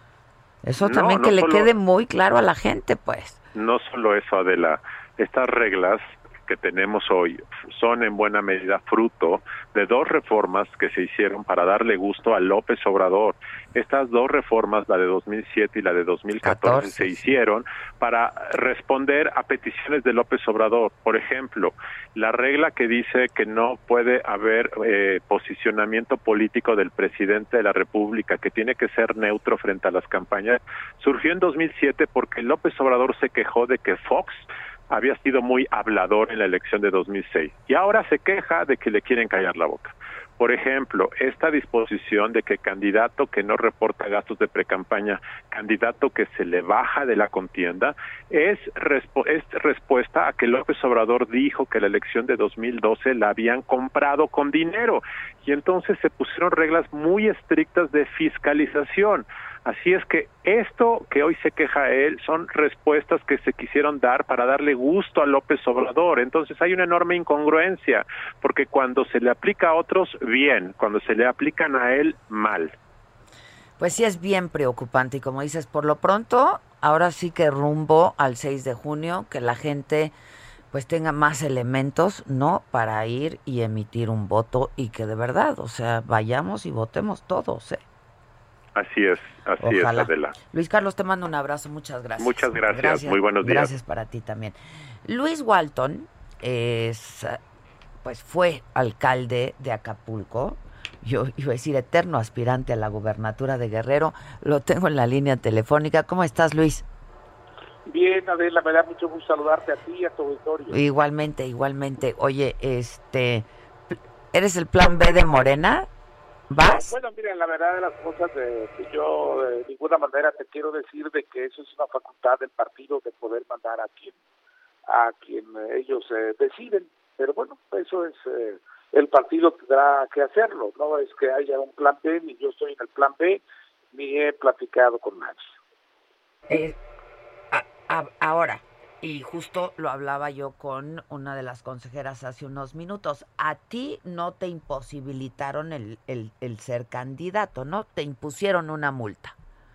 Eso No, también no que le solo- quede muy claro a la gente, pues. No solo eso, Adela, estas reglas que tenemos hoy son en buena medida fruto de dos reformas que se hicieron para darle gusto a López Obrador. Estas dos reformas, la de dos mil siete y la de dos mil catorce, catorce, se hicieron para responder a peticiones de López Obrador. Por ejemplo, la regla que dice que no puede haber eh, posicionamiento político del presidente de la República, que tiene que ser neutro frente a las campañas, surgió en dos mil siete porque López Obrador se quejó de que Fox había sido muy hablador en la elección de dos mil seis y ahora se queja de que le quieren callar la boca. Por ejemplo, esta disposición de que candidato que no reporta gastos de precampaña, candidato que se le baja de la contienda, es, respu- es respuesta a que López Obrador dijo que la elección de dos mil doce la habían comprado con dinero y entonces se pusieron reglas muy estrictas de fiscalización. Así es que esto que hoy se queja él son respuestas que se quisieron dar para darle gusto a López Obrador. Entonces hay una enorme incongruencia, porque cuando se le aplica a otros, bien, cuando se le aplican a él, mal. Pues sí es bien preocupante y como dices, por lo pronto, ahora sí que rumbo al seis de junio, que la gente pues tenga más elementos, ¿no? Para ir y emitir un voto y que de verdad, o sea, vayamos y votemos todos, ¿eh? Así es, así Ojalá. es, Adela. Luis Carlos, te mando un abrazo, muchas gracias. Muchas gracias, muy buenos días. Gracias para ti también. Luis Walton es, pues fue alcalde de Acapulco, yo iba a decir eterno aspirante a la gubernatura de Guerrero, lo tengo en la línea telefónica. ¿Cómo estás, Luis? Bien, Adela, me da mucho gusto saludarte a ti y a tu auditorio. Igualmente, igualmente. Oye, este, ¿eres el plan B de Morena? ¿Vas? Bueno, mira, la verdad de las cosas, de, que yo de ninguna manera te quiero decir de que eso es una facultad del partido de poder mandar a quien a quien ellos eh, deciden, pero bueno, eso es, eh, el partido tendrá que hacerlo, no es que haya un plan B, ni yo estoy en el plan B, ni he platicado con nadie. Eh, a, a, ahora, y justo lo hablaba yo con una de las consejeras hace unos minutos, a ti no te imposibilitaron el, el, el ser candidato, ¿no? Te impusieron una multa.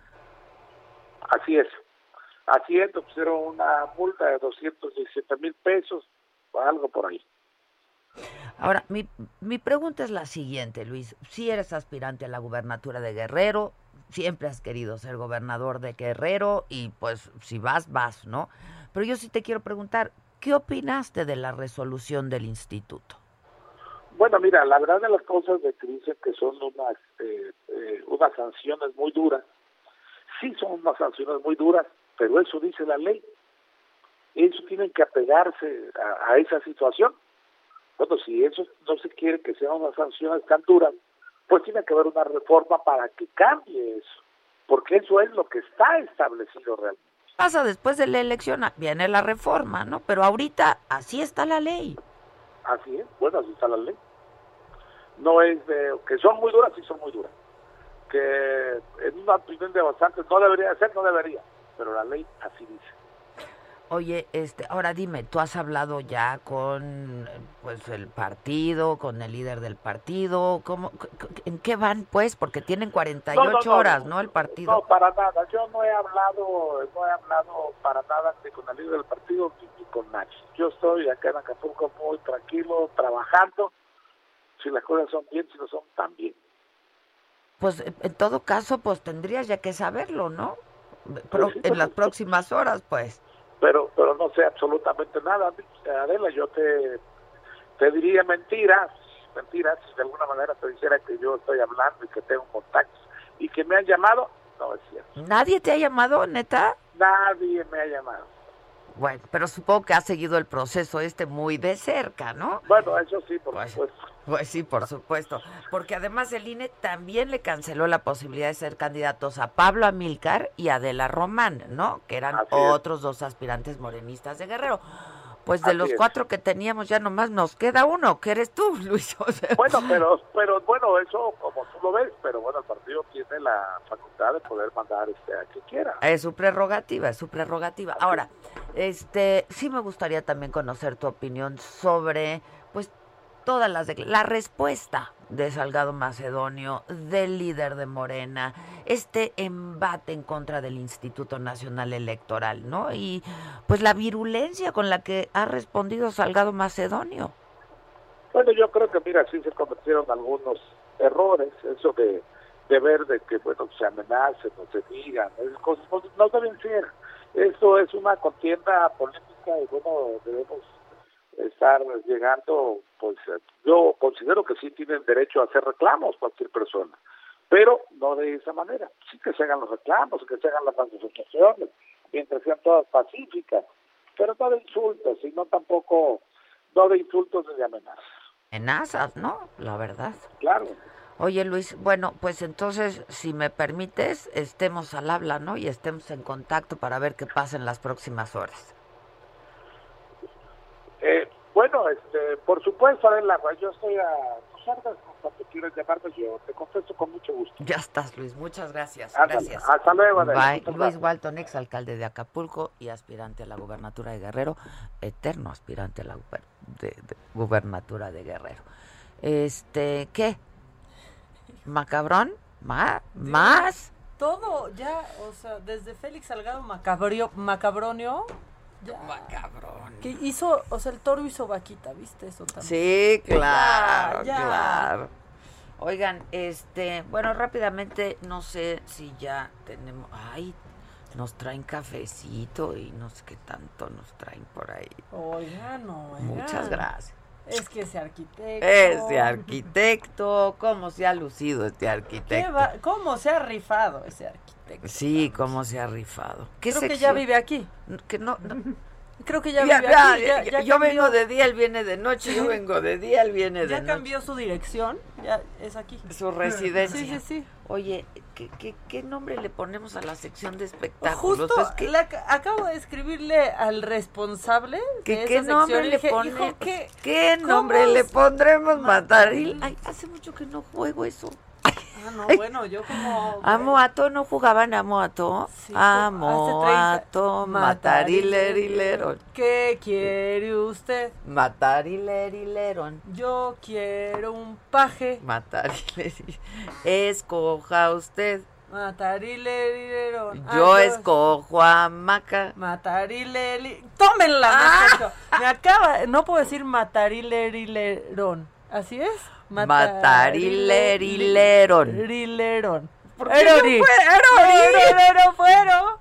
Así es, así es, te pusieron una multa de doscientos diecisiete mil pesos, o algo por ahí. Ahora, mi, mi pregunta es la siguiente, Luis. Si eres aspirante a la gubernatura de Guerrero, siempre has querido ser gobernador de Guerrero y pues si vas, vas, ¿no? Pero yo sí te quiero preguntar, ¿qué opinaste de la resolución del instituto? Bueno, mira, la verdad de las cosas de que dicen que son unas, eh, eh, unas sanciones muy duras, sí son unas sanciones muy duras, pero eso dice la ley. Eso tienen que apegarse a, a esa situación. Bueno, si eso no se quiere que sean unas sanciones tan duras, pues tiene que haber una reforma para que cambie eso, porque eso es lo que está establecido realmente. Pasa después de la elección, viene la reforma, ¿no? Pero ahorita así está la ley. Así es, bueno, así está la ley. No es de, que son muy duras, sí son muy duras. Que en una opinión de bastantes no debería ser, no debería, pero la ley así dice. Oye, este, ahora dime, ¿tú has hablado ya con pues el partido, con el líder del partido? ¿Cómo, ¿En qué van, pues? Porque tienen cuarenta y ocho no, no, no, horas, ¿no? El partido. No, para nada. Yo no he hablado, no he hablado para nada ni con el líder del partido ni, ni con nadie. Yo estoy acá en Acapulco muy tranquilo, trabajando. Si las cosas son bien, si no son tan bien. Pues en todo caso, pues tendrías ya que saberlo, ¿no? Pro, sí, en las próximas horas, pues. Pero pero no sé absolutamente nada, Adela, yo te te diría mentiras, mentiras, si de alguna manera te dijera que yo estoy hablando y que tengo contactos y que me han llamado, no es cierto. ¿Nadie te ha llamado, neta? Nadie me ha llamado. Bueno, pero supongo que ha seguido el proceso este muy de cerca, ¿no? Bueno, eso sí, por pues, supuesto. Pues sí, por supuesto. Porque además el I N E también le canceló la posibilidad de ser candidatos a Pablo Amílcar y Adela Román, ¿no? Que eran Así otros es. dos aspirantes morenistas de Guerrero. Pues de Así los es. cuatro que teníamos ya nomás nos queda uno, que eres tú, Luis. O sea, Bueno, pero, pero bueno, eso como tú lo ves, pero bueno, el partido tiene la facultad de poder mandar este a quien quiera. es su prerrogativa, es su prerrogativa. Ahora, este, sí me gustaría también conocer tu opinión sobre, pues, todas las de, la respuesta de Salgado Macedonio, del líder de Morena, este embate en contra del Instituto Nacional Electoral, ¿no? Y pues la virulencia con la que ha respondido Salgado Macedonio. Bueno, yo creo que, mira, sí se cometieron algunos errores, eso de, de ver de que, bueno, se amenacen o se digan, esas cosas pues, no deben ser. Esto es una contienda política y, bueno, debemos estar llegando, pues yo considero que sí tienen derecho a hacer reclamos cualquier persona, pero no de esa manera. Sí que se hagan los reclamos, que se hagan las manifestaciones, mientras sean todas pacíficas, pero no de insultos, sino tampoco, no de insultos ni de amenazas. Amenazas, ¿no? La verdad. Claro. Oye, Luis, bueno, pues entonces, si me permites, estemos al habla, ¿no? Y estemos en contacto para ver qué pasa en las próximas horas. Eh, bueno, este, por supuesto, Adela, yo estoy a tus órdenes cuando quieras llamarme, yo te contesto con mucho gusto. Ya estás, Luis, muchas gracias. Ándale, Gracias. hasta luego, Adela. Bye. Luis gracias. Walton, ex alcalde de Acapulco y aspirante a la gubernatura de Guerrero, eterno aspirante a la guber- de, de gubernatura de Guerrero. Este, ¿qué? ¿Macabrón? ¿Más? ¿Más? Todo ya, o sea, desde Félix Salgado Macabrio, Macabronio, ya. Macabrón. Que hizo, o sea, el toro hizo vaquita, ¿viste eso también? Sí, claro, Ya, ya. claro. Oigan, este, bueno, rápidamente, no sé si ya tenemos, ay, nos traen cafecito y no sé qué tanto nos traen por ahí. Oigan, oigan. Muchas gracias. Es que ese arquitecto. Ese arquitecto, cómo se ha lucido este ¿Qué arquitecto. va- ¿Cómo se ha rifado ese arquitecto? Sí, cómo se ha rifado. ¿Qué Creo que ya sección? vive aquí. Que no, no. Creo que ya, Ya, vive ya, aquí. Ya, ya, ya yo cambió. vengo de día, él viene de noche, yo vengo de día, él viene de Ya noche. cambió su dirección, ya es aquí. Su residencia. Sí, sí, sí. Oye, ¿qué, qué, qué nombre le ponemos a la sección de espectáculos? Justo Pues, ¿qué, le ac- acabo de escribirle al responsable qué- de qué esa nombre sección. le dije, pone- hijo, ¿qué, ¿qué cómo nombre le es? pondremos? Mataril. Ay, hace mucho que no juego eso. Ah, no, bueno, yo como... Amoato, ¿no jugaban Amoato? Sí, Amoato, matarilerilero. ¿Qué quiere usted? Matarilerilero. Yo quiero un paje. Matarilerilero. Escoja usted. Matarilero. Yo escojo a Maca. Matarileli. ¡Tómenla, Ah. muchacho! Me acaba... No puedo decir matarilerilerón. ¿Así es? Matarilerileron. Rileron. ¿Por qué no fue? Erori. No puedo.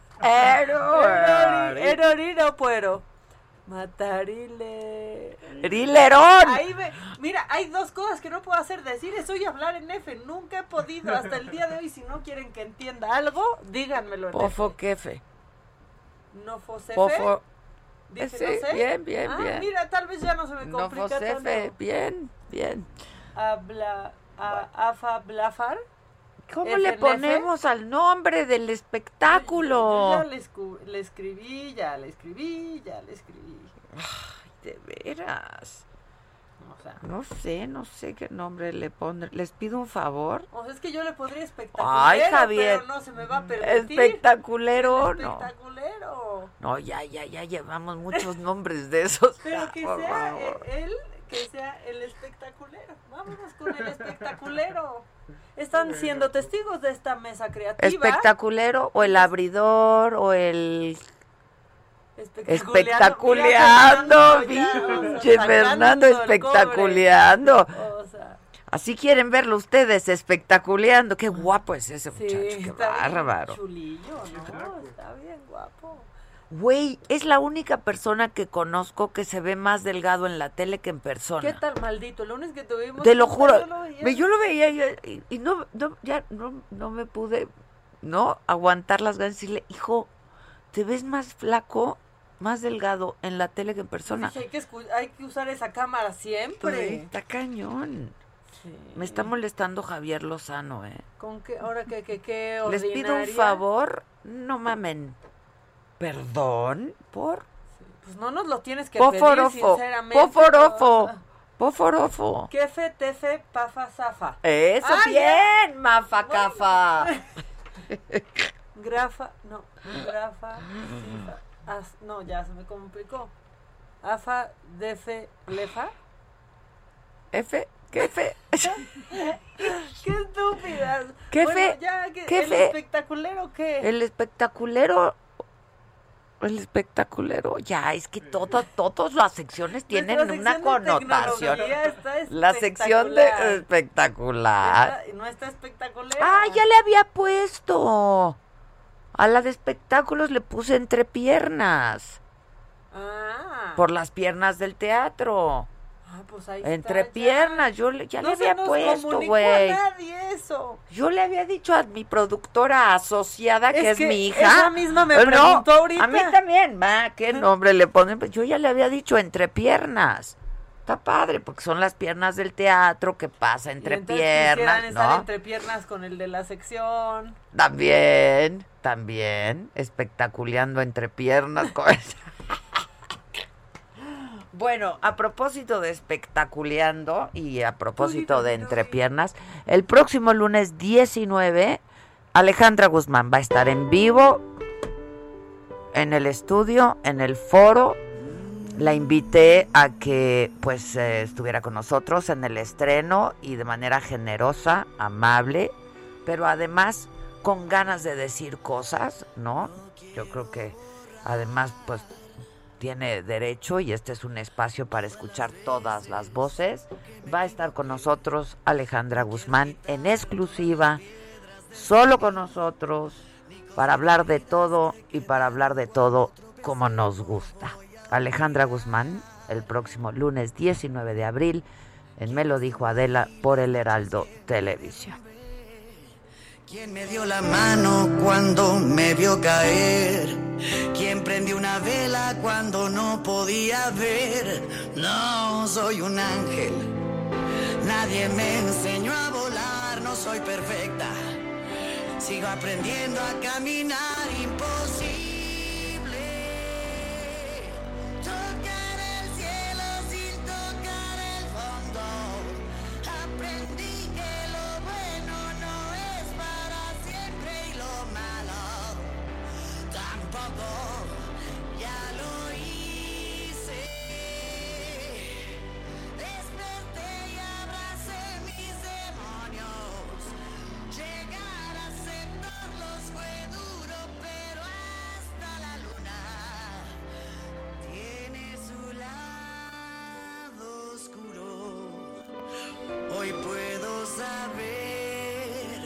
Erori. Erori no puedo. Matarile... Rilerón. Ahí ve, mira, hay dos cosas que no puedo hacer decir eso y hablar en F. Nunca he podido hasta el día de hoy. Si no quieren que entienda algo, díganmelo en Pofo F. quefe. No fosefe. Pofo. Dije, Sí, no sé. bien, bien, Ah, bien. mira, tal vez ya no se me No complica fosefe. tanto. Bien, bien. Habla, a, afa, blafar. ¿Cómo F le N F? ponemos al nombre del espectáculo? Yo ya le, escu- le escribí, ya le escribí, ya le escribí. Ay, de veras. O sea, No sé, no sé qué nombre le pondré. Les pido un favor. o sea, es que yo le podría espectaculero, Ay, Javier. pero no se me va a permitir. Espectaculero, no. Espectaculero. No, ya, ya, ya llevamos muchos nombres de esos. Pero que Por sea favor. eh, él, que sea el espectaculero. Vámonos con el espectaculero. Están siendo testigos de esta mesa creativa. Espectaculero o el abridor o el Espectaculeando. espectaculeando, Mira, Fernando, ya, o sea, pinche Fernando sacando el espectaculeando. O sea, Así quieren verlo ustedes, espectaculeando. Qué guapo es ese sí, muchacho, qué está bien bárbaro. chulillo, ¿no? Está bien guapo. Güey, es la única persona que conozco que se ve más delgado en la tele que en persona. ¿Qué tal maldito? El lunes que tuvimos... Te lo juro, yo lo veía. me- yo lo veía y, y- y no, no, ya no, no me pude, no, aguantar las ganas de decirle, hijo, ¿te ves más flaco? más delgado en la tele que en persona. Dije, hay, que escu- hay que usar esa cámara siempre. Ay, está cañón. Sí. Me está molestando Javier Lozano, ¿eh? ¿Con qué? Ahora que, que, que Les pido un favor, no mamen. ¿Perdón? ¿Por? Pues no nos lo tienes que Poforofo, pedir, sinceramente. poforofo, poforofo. Kefe, tefe, pafa, zafa. Eso, Ah, bien, mafa, cafa. Grafa, no, grafa, cifa, as, no, ya se me complicó. Afa, defe, lefa. F, ¿qué fe? Qué estúpidas. ¿Qué Bueno, fe? ya, ¿qué, ¿Qué ¿El fe? espectaculero qué? El espectaculero. El espectaculero. Ya, es que todo, todas las secciones tienen Nuestra una sección de connotación. tecnología está La sección de espectacular. espectacular. Está- no está espectacular. Ah, ya le había puesto. A la de espectáculos le puse entre piernas. Ah. Por las piernas del teatro. Ah, pues ahí Entre está, ya. piernas, yo le, ya no le se había nos puesto, comunicó güey. a nadie eso. Yo le había dicho a mi productora asociada, que Es es, que mi hija. esa misma me Eh, preguntó no, ahorita. A mí también, va, ¿qué nombre le ponen? Yo ya le había dicho entre piernas. Está padre, porque son las piernas del teatro que pasa entre Y entonces piernas, quisieran estar ¿no? entre piernas con el de la sección. También, también, espectaculeando entre piernas. con- Bueno, a propósito de espectaculeando y a propósito de entrepiernas, el próximo lunes diecinueve, Alejandra Guzmán va a estar en vivo en el estudio, en el foro. La invité a que pues eh, estuviera con nosotros en el estreno y de manera generosa, amable, pero además con ganas de decir cosas, ¿no? Yo creo que además pues tiene derecho y este es un espacio para escuchar todas las voces. Va a estar con nosotros Alejandra Guzmán en exclusiva, solo con nosotros, para hablar de todo y para hablar de todo como nos gusta. Alejandra Guzmán, el próximo lunes diecinueve de abril, en Me lo dijo Adela por el Heraldo Televisión. ¿Quién me dio la mano cuando me vio caer? ¿Quién prendió una vela cuando no podía ver? No soy un ángel, nadie me enseñó a volar, no soy perfecta, sigo aprendiendo a caminar, imposible tocar el cielo sin tocar el fondo. Aprendí que lo bueno no es para siempre y lo malo tampoco, ya lo hice. Desperté y abracé mis demonios. Llegar a aceptarlos fue duro, pero hasta la luna tiene su lado oscuro. Hoy puedo saber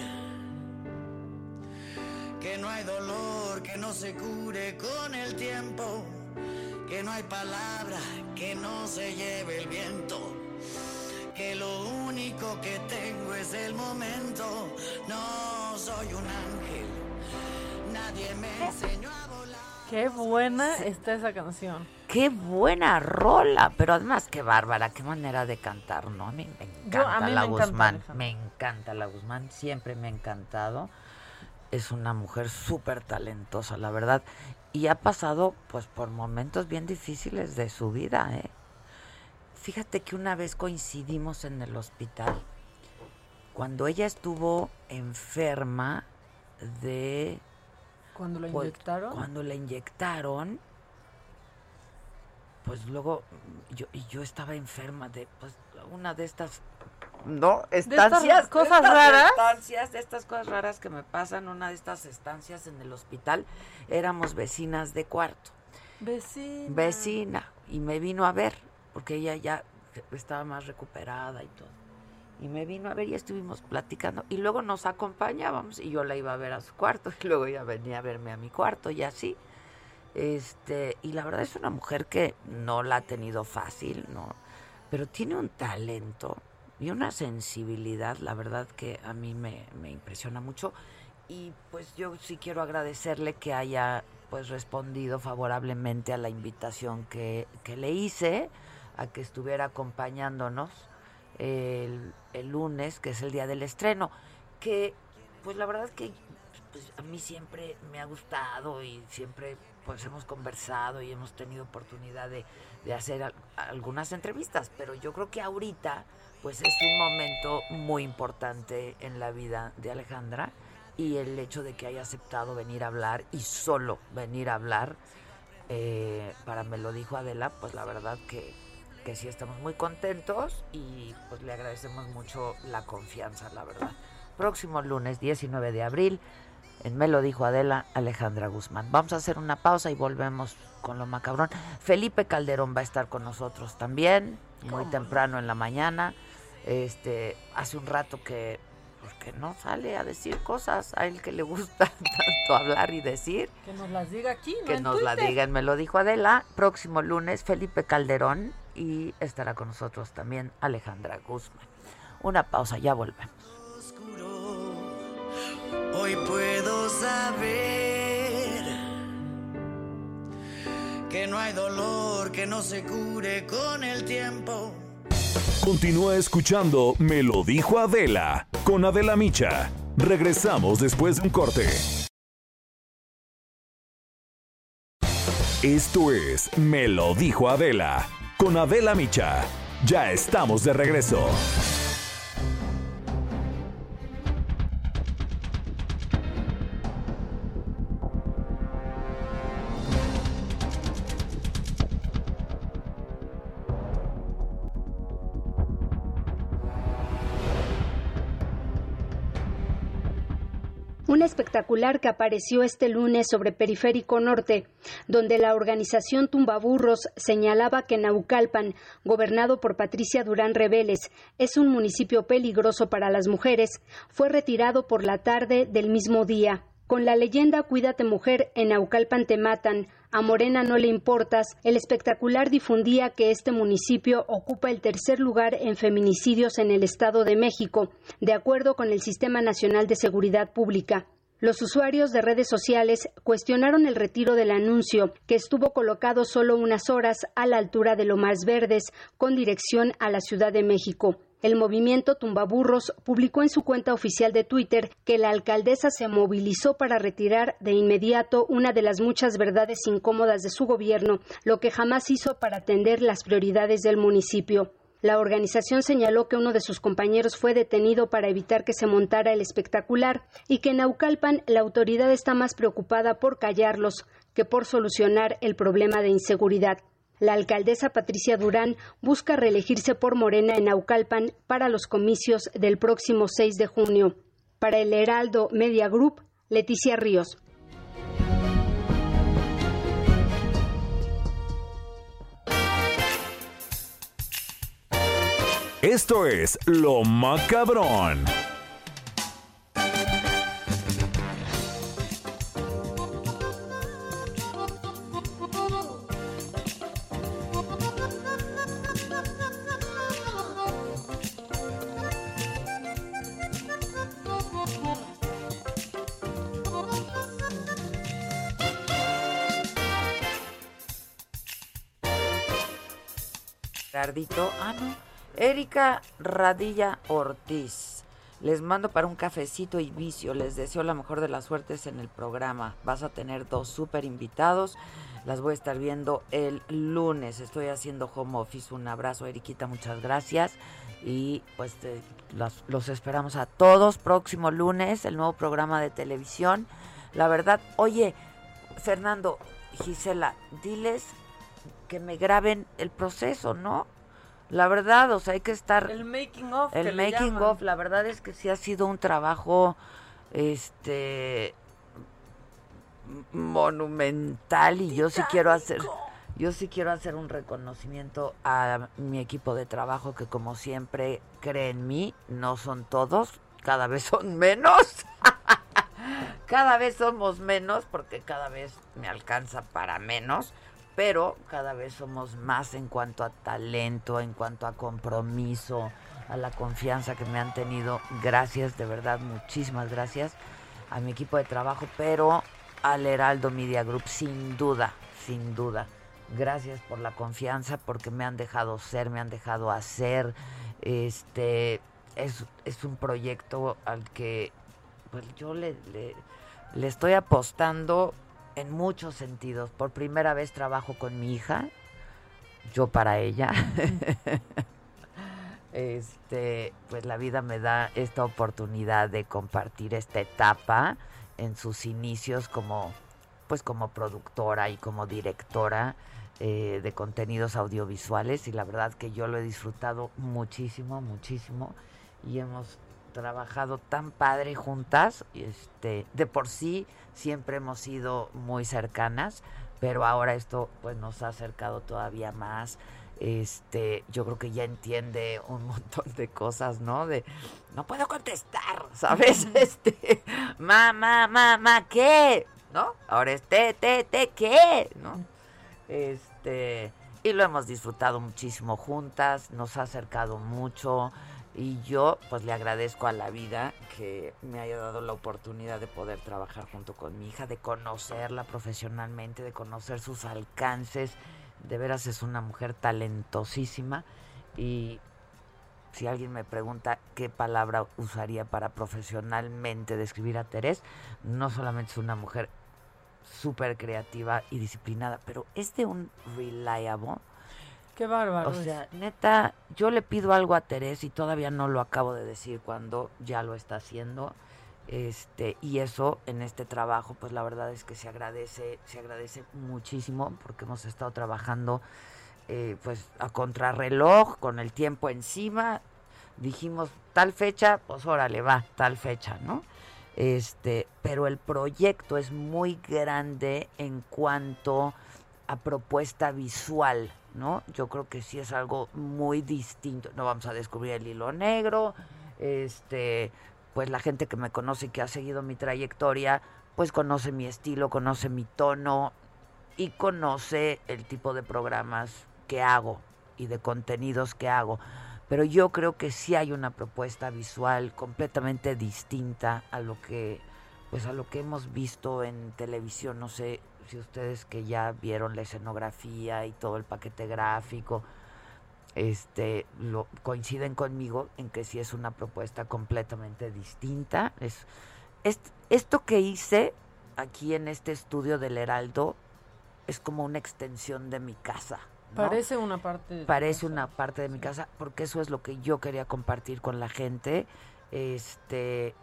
que no hay dolor que no se cure con el tiempo, que no hay palabra que no se lleve el viento, que lo único que tengo es el momento. No soy un ángel, nadie me enseñó a volar. Qué buena está esa canción. Qué buena rola, pero además qué bárbara, qué manera de cantar, ¿no? A mí me encanta Yo- a mí la me encanta, Guzmán, Alejandra. me encanta la Guzmán, siempre me ha encantado. Es una mujer súper talentosa, la verdad, y ha pasado pues por momentos bien difíciles de su vida, ¿eh? Fíjate que una vez coincidimos en el hospital, cuando ella estuvo enferma de... ¿Cuando la pues, inyectaron? Cuando la inyectaron, pues luego yo y yo estaba enferma de pues una de estas no estas estancias cosas de estas raras? estancias de estas cosas raras que me pasan, una de estas estancias en el hospital. Éramos vecinas de cuarto, Vecina. vecina, y me vino a ver porque ella ya estaba más recuperada y todo, y me vino a ver y estuvimos platicando y luego nos acompañábamos y yo la iba a ver a su cuarto y luego ella venía a verme a mi cuarto y así. Este, y la verdad es una mujer que no la ha tenido fácil, ¿no? Pero tiene un talento y una sensibilidad, la verdad que a mí me, me impresiona mucho. Y pues yo sí quiero agradecerle que haya pues respondido favorablemente a la invitación que, que le hice a que estuviera acompañándonos el, el lunes, que es el día del estreno, que pues la verdad es que pues, a mí siempre me ha gustado y siempre pues hemos conversado y hemos tenido oportunidad de, de hacer al, algunas entrevistas, pero yo creo que ahorita pues es un momento muy importante en la vida de Alejandra, y el hecho de que haya aceptado venir a hablar y solo venir a hablar eh, para Me lo dijo Adela, pues la verdad que, que sí estamos muy contentos y pues le agradecemos mucho la confianza, la verdad. Próximo lunes diecinueve de abril en Me lo dijo Adela, Alejandra Guzmán. Vamos a hacer una pausa y volvemos con lo macabrón. Felipe Calderón va a estar con nosotros también, muy temprano en la mañana. Este, hace un rato que, pues que no sale a decir cosas, a él que le gusta tanto hablar y decir. Que nos las diga aquí, ¿no? Que en nos la Twitter. diga, Me lo dijo Adela. Próximo lunes, Felipe Calderón, y estará con nosotros también Alejandra Guzmán. Una pausa, ya volvemos. Hoy puedo saber que no hay dolor que no se cure con el tiempo. Continúa escuchando Me lo dijo Adela con Adela Micha. Regresamos después de un corte. Esto es Me lo dijo Adela con Adela Micha. Ya estamos de regreso. Un espectacular que apareció este lunes sobre Periférico Norte, donde la organización Tumbaburros señalaba que Naucalpan, gobernado por Patricia Durán Reveles, es un municipio peligroso para las mujeres, fue retirado por la tarde del mismo día. Con la leyenda Cuídate mujer, en Naucalpan te matan, a Morena no le importas, el espectacular difundía que este municipio ocupa el tercer lugar en feminicidios en el Estado de México, de acuerdo con el Sistema Nacional de Seguridad Pública. Los usuarios de redes sociales cuestionaron el retiro del anuncio, que estuvo colocado solo unas horas a la altura de Lomas Verdes, con dirección a la Ciudad de México. El movimiento Tumbaburros publicó en su cuenta oficial de Twitter que la alcaldesa se movilizó para retirar de inmediato una de las muchas verdades incómodas de su gobierno, lo que jamás hizo para atender las prioridades del municipio. La organización señaló que uno de sus compañeros fue detenido para evitar que se montara el espectacular y que en Naucalpan la autoridad está más preocupada por callarlos que por solucionar el problema de inseguridad. La alcaldesa Patricia Durán busca reelegirse por Morena en Naucalpan para los comicios del próximo seis de junio. Para el Heraldo Media Group, Leticia Ríos. Esto es Lo Macabrón. Gerardito, ah no, Erika Radilla Ortiz. Les mando para un cafecito y vicio. Les deseo la mejor de las suertes en el programa. Vas a tener dos súper invitados. Las voy a estar viendo el lunes. Estoy haciendo home office. Un abrazo, Eriquita, muchas gracias. Y pues te, los, los esperamos a todos. Próximo lunes, el nuevo programa de televisión. La verdad, oye, Fernando, Gisela, diles que me graben el proceso, ¿no? La verdad, o sea, hay que estar... El making of. El making of, la verdad es que sí ha sido un trabajo, este, monumental, y yo sí quiero hacer, yo sí quiero hacer un reconocimiento a mi equipo de trabajo que, como siempre, cree en mí. No son todos, cada vez son menos. Cada vez somos menos porque cada vez me alcanza para menos. Pero cada vez somos más en cuanto a talento, en cuanto a compromiso, a la confianza que me han tenido. Gracias, de verdad, muchísimas gracias a mi equipo de trabajo, pero al Heraldo Media Group, sin duda, sin duda. Gracias por la confianza, porque me han dejado ser, me han dejado hacer. Este es, es un proyecto al que pues yo le, le, le estoy apostando en muchos sentidos. Por primera vez trabajo con mi hija, yo para ella. Este, pues la vida me da esta oportunidad de compartir esta etapa en sus inicios como, pues como productora y como directora eh, de contenidos audiovisuales, y la verdad que yo lo he disfrutado muchísimo, muchísimo, y hemos trabajado tan padre juntas. Este, de por sí siempre hemos sido muy cercanas, pero ahora esto pues nos ha acercado todavía más. Este, yo creo que ya entiende un montón de cosas, ¿no? De, no puedo contestar, ¿sabes? Este, ma, ma, ma, ma, ¿qué? ¿No? Ahora es te, te, te, ¿qué? ¿No? Este, y lo hemos disfrutado muchísimo juntas, nos ha acercado mucho, y yo pues le agradezco a la vida que me haya dado la oportunidad de poder trabajar junto con mi hija, de conocerla profesionalmente, de conocer sus alcances. De veras es una mujer talentosísima, y si alguien me pregunta qué palabra usaría para profesionalmente describir a Terés, no solamente es una mujer súper creativa y disciplinada, pero es de un reliable. Qué bárbaro. O sea, neta, yo le pido algo a Terés y todavía no lo acabo de decir cuando ya lo está haciendo. Este, y eso en este trabajo, pues la verdad es que se agradece, se agradece muchísimo, porque hemos estado trabajando eh, pues a contrarreloj, con el tiempo encima. Dijimos tal fecha, pues órale, va, tal fecha, ¿no? Este, pero el proyecto es muy grande en cuanto a propuesta visual, ¿no? Yo creo que sí es algo muy distinto. No vamos a descubrir el hilo negro, este, pues la gente que me conoce y que ha seguido mi trayectoria, pues conoce mi estilo, conoce mi tono y conoce el tipo de programas que hago y de contenidos que hago. Pero yo creo que sí hay una propuesta visual completamente distinta a lo que, pues a lo que hemos visto en televisión. No sé si ustedes que ya vieron la escenografía y todo el paquete gráfico, este, lo coinciden conmigo en que sí es una propuesta completamente distinta. Es, es esto que hice aquí en este estudio del Heraldo es como una extensión de mi casa, ¿no? Parece una parte de Parece una parte de mi casa, porque eso es lo que yo quería compartir con la gente. Este,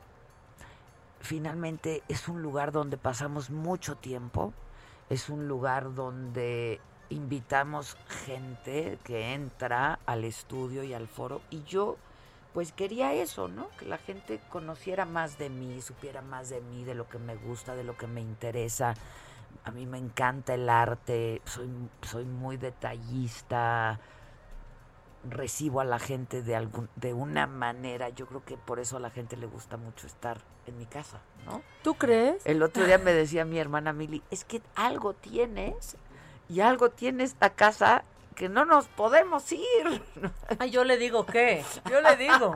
finalmente es un lugar donde pasamos mucho tiempo, es un lugar donde invitamos gente que entra al estudio y al foro, y yo pues quería eso, ¿no? Que la gente conociera más de mí, supiera más de mí, de lo que me gusta, de lo que me interesa. A mí me encanta el arte, soy, soy muy detallista, recibo a la gente de algún, de una manera. Yo creo que por eso a la gente le gusta mucho estar en mi casa, ¿no? ¿Tú crees? El otro día me decía mi hermana Mili, es que algo tienes, y algo tiene esta casa que no nos podemos ir. Ay, yo le digo, ¿qué? Yo le digo.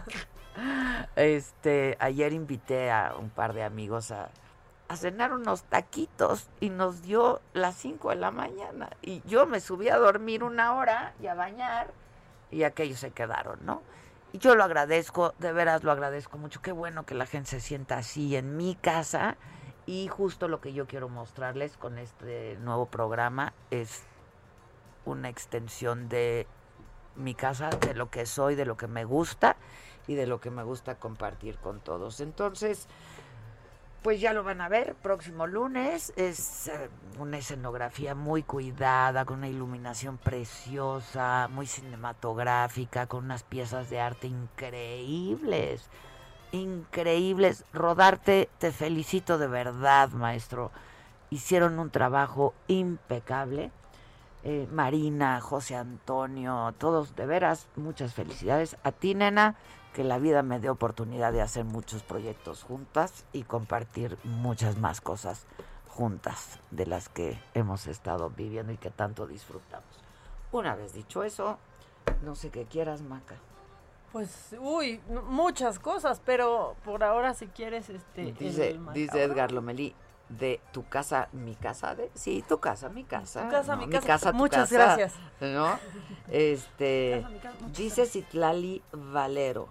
Este, ayer invité a un par de amigos a, a cenar unos taquitos y nos dio las cinco de la mañana. Y yo me subí a dormir una hora y a bañar, y aquellos se quedaron, ¿no? Y yo lo agradezco, de veras lo agradezco mucho. Qué bueno que la gente se sienta así en mi casa. Y justo lo que yo quiero mostrarles con este nuevo programa es una extensión de mi casa, de lo que soy, de lo que me gusta y de lo que me gusta compartir con todos. Entonces, pues ya lo van a ver, próximo lunes. Es eh, una escenografía muy cuidada, con una iluminación preciosa, muy cinematográfica, con unas piezas de arte increíbles. Increíbles. Rodarte, te felicito de verdad, maestro. Hicieron un trabajo impecable. Eh, Marina, José Antonio, todos, de veras, muchas felicidades. A ti, nena, que la vida me dé oportunidad de hacer muchos proyectos juntas y compartir muchas más cosas juntas de las que hemos estado viviendo y que tanto disfrutamos. Una vez dicho eso, no sé qué quieras, Maca. Pues, uy, muchas cosas, pero por ahora si quieres, este... Dice, dice Edgar Lomelí, de Tu Casa, Mi Casa, de sí, Tu Casa, Mi Casa. Tu casa, no, mi mi casa. casa tu Muchas casa, gracias. ¿no? Este, Mi casa, mi casa, muchas dice gracias. Citlali Valero.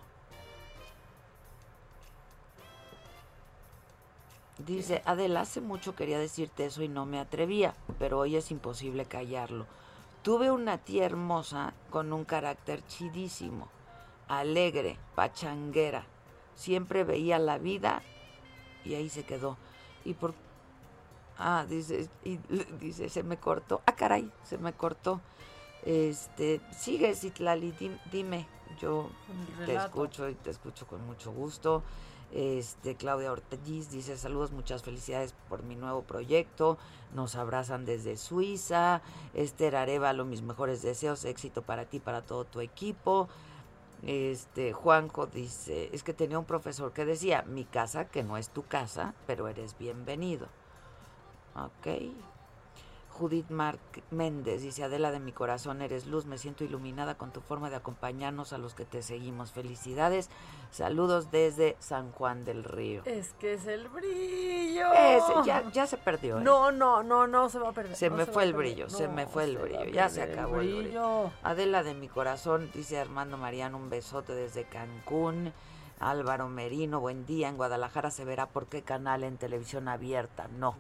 Dice, Adela, hace mucho quería decirte eso y no me atrevía, pero hoy es imposible callarlo. Tuve una tía hermosa con un carácter chidísimo, alegre, pachanguera. Siempre veía la vida y ahí se quedó. Y por Ah, dice, y, dice, se me cortó. Ah, caray, se me cortó. Este, sigue, Citlali, di, dime. Yo te relato. escucho y te escucho con mucho gusto. Este, Claudia Ortiz dice, saludos, muchas felicidades por mi nuevo proyecto. Nos abrazan desde Suiza. Esther Arevalo, mis mejores deseos, éxito para ti, para todo tu equipo. Este, Juanjo dice, es que tenía un profesor que decía, mi casa que no es tu casa, pero eres bienvenido. Ok. Judith Marc Méndez dice, Adela, de mi corazón eres luz, me siento iluminada con tu forma de acompañarnos a los que te seguimos. Felicidades, saludos desde San Juan del Río. Es que es el brillo. Ese, ya, ya se perdió, ¿eh? No, no, no, no se va a perder. Se no me se fue va a el perder. brillo, No, se me fue el se va a brillo, ya se perder acabó el el brillo. Adela de mi corazón, dice Armando Mariano, un besote desde Cancún. Álvaro Merino, buen día, en Guadalajara se verá por qué canal en televisión abierta, no.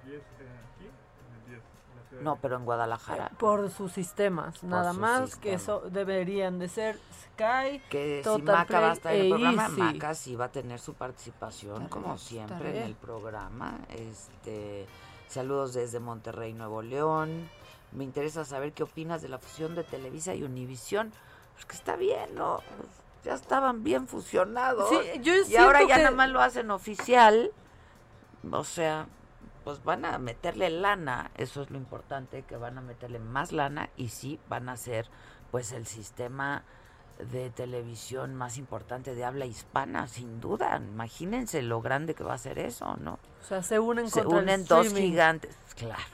No, pero en Guadalajara. Por sus sistemas, Por nada su más sistema. que eso deberían de ser Sky, Que si Total Maca va a Play estar en el e programa, Easy. Maca sí va a tener su participación, como siempre, estaré. en el programa. Este, saludos desde Monterrey, Nuevo León. Me interesa saber qué opinas de la fusión de Televisa y Univisión. Pues que está bien, ¿no? Pues ya estaban bien fusionados. Sí, yo y siento ahora ya que- nada más lo hacen oficial. O sea, pues van a meterle lana, eso es lo importante, que van a meterle más lana y sí van a ser pues el sistema de televisión más importante de habla hispana, sin duda. Imagínense lo grande que va a ser eso, ¿no? O sea, se unen Se contra el unen dos streaming. gigantes, claro.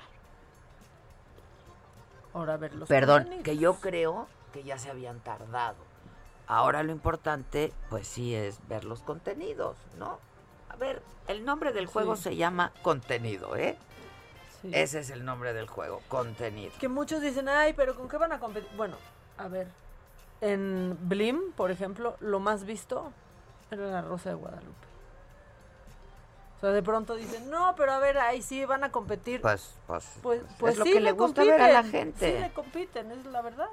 Ahora a ver los Perdón, contenidos. que yo creo que ya se habían tardado. Ahora lo importante, pues sí, es ver los contenidos, ¿no? A ver, el nombre del juego Sí. se llama contenido, ¿eh? Sí. Ese es el nombre del juego, contenido. Que muchos dicen, ay, pero ¿con qué van a competir? Bueno, a ver, en Blim, por ejemplo, lo más visto era La Rosa de Guadalupe. O sea, de pronto dicen, no, pero a ver, ahí sí van a competir. Pues, pues, Pues, pues es lo sí que le gusta ver a la gente. Sí le compiten, es la verdad.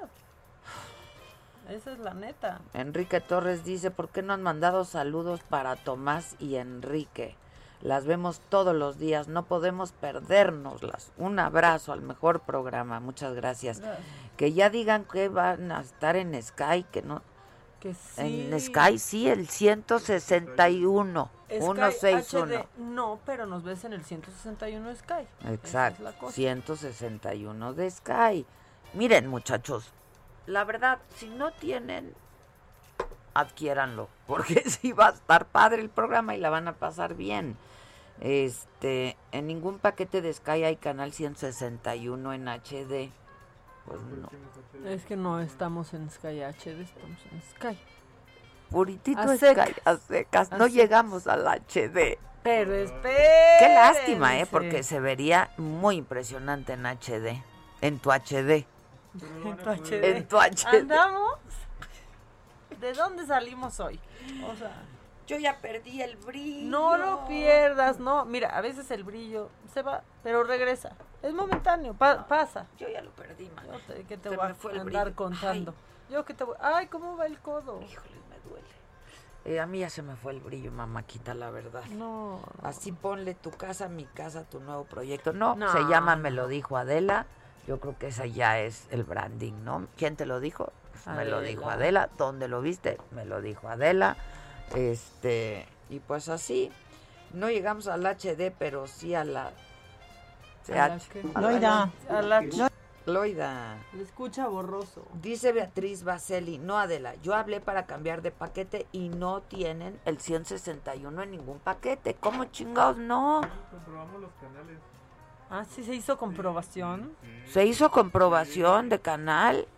Esa es la neta. Enrique Torres dice, ¿por qué no han mandado saludos para Tomás y Enrique? Las vemos todos los días, no podemos perdérnoslas. Un abrazo al mejor programa, muchas gracias. Gracias. Que ya digan que van a estar en Sky, que no... Que sí. En Sky, sí, el ciento sesenta y uno, Sky ciento sesenta y uno. H D, no, pero nos ves en el ciento sesenta y uno Sky. Esa Exacto, es la cosa. ciento sesenta y uno de Sky. Miren, muchachos, la verdad, si no tienen, adquiéranlo, porque sí va a estar padre el programa y la van a pasar bien. Este, en ningún paquete de Sky hay canal ciento sesenta y uno en H D. Pues no. Es que no estamos en Sky H D, estamos en Sky. Puritito A Sky, secas. a secas. A No secas. llegamos al H D. Pero espérense. Qué lástima, ¿eh? Porque se vería muy impresionante en H D. En tu H D. En tu H D. En tu H D. ¿Andamos? ¿De dónde salimos hoy? O sea, yo ya perdí el brillo. No lo pierdas, no. Mira, a veces el brillo se va, pero regresa. Es momentáneo, pa- pasa. Yo ya lo perdí, man. Yo te- ¿Qué te Se voy me a fue el andar brillo. contando? Yo que te voy... Ay, ¿cómo va el codo? Híjole, me duele. Eh, a mí ya se me fue el brillo, mamáquita, la verdad. No. Así ponle tu casa, mi casa, tu nuevo proyecto. No, No, se llama no. Me lo dijo Adela. Yo creo que esa ya es el branding, ¿no? ¿Quién te lo dijo? Pues me lo Adela. dijo Adela. ¿Dónde lo viste? Me lo dijo Adela. Este, y pues así. No llegamos al H D, pero sí a la... ¿A la qué? a la- Loida. A la- Loida. Le escucha borroso. Dice Beatriz Baseli, no Adela, yo hablé para cambiar de paquete y no tienen el ciento sesenta y uno en ningún paquete. ¿Cómo chingados no? Comprobamos los canales. Ah, sí se hizo comprobación. Se hizo comprobación de canal.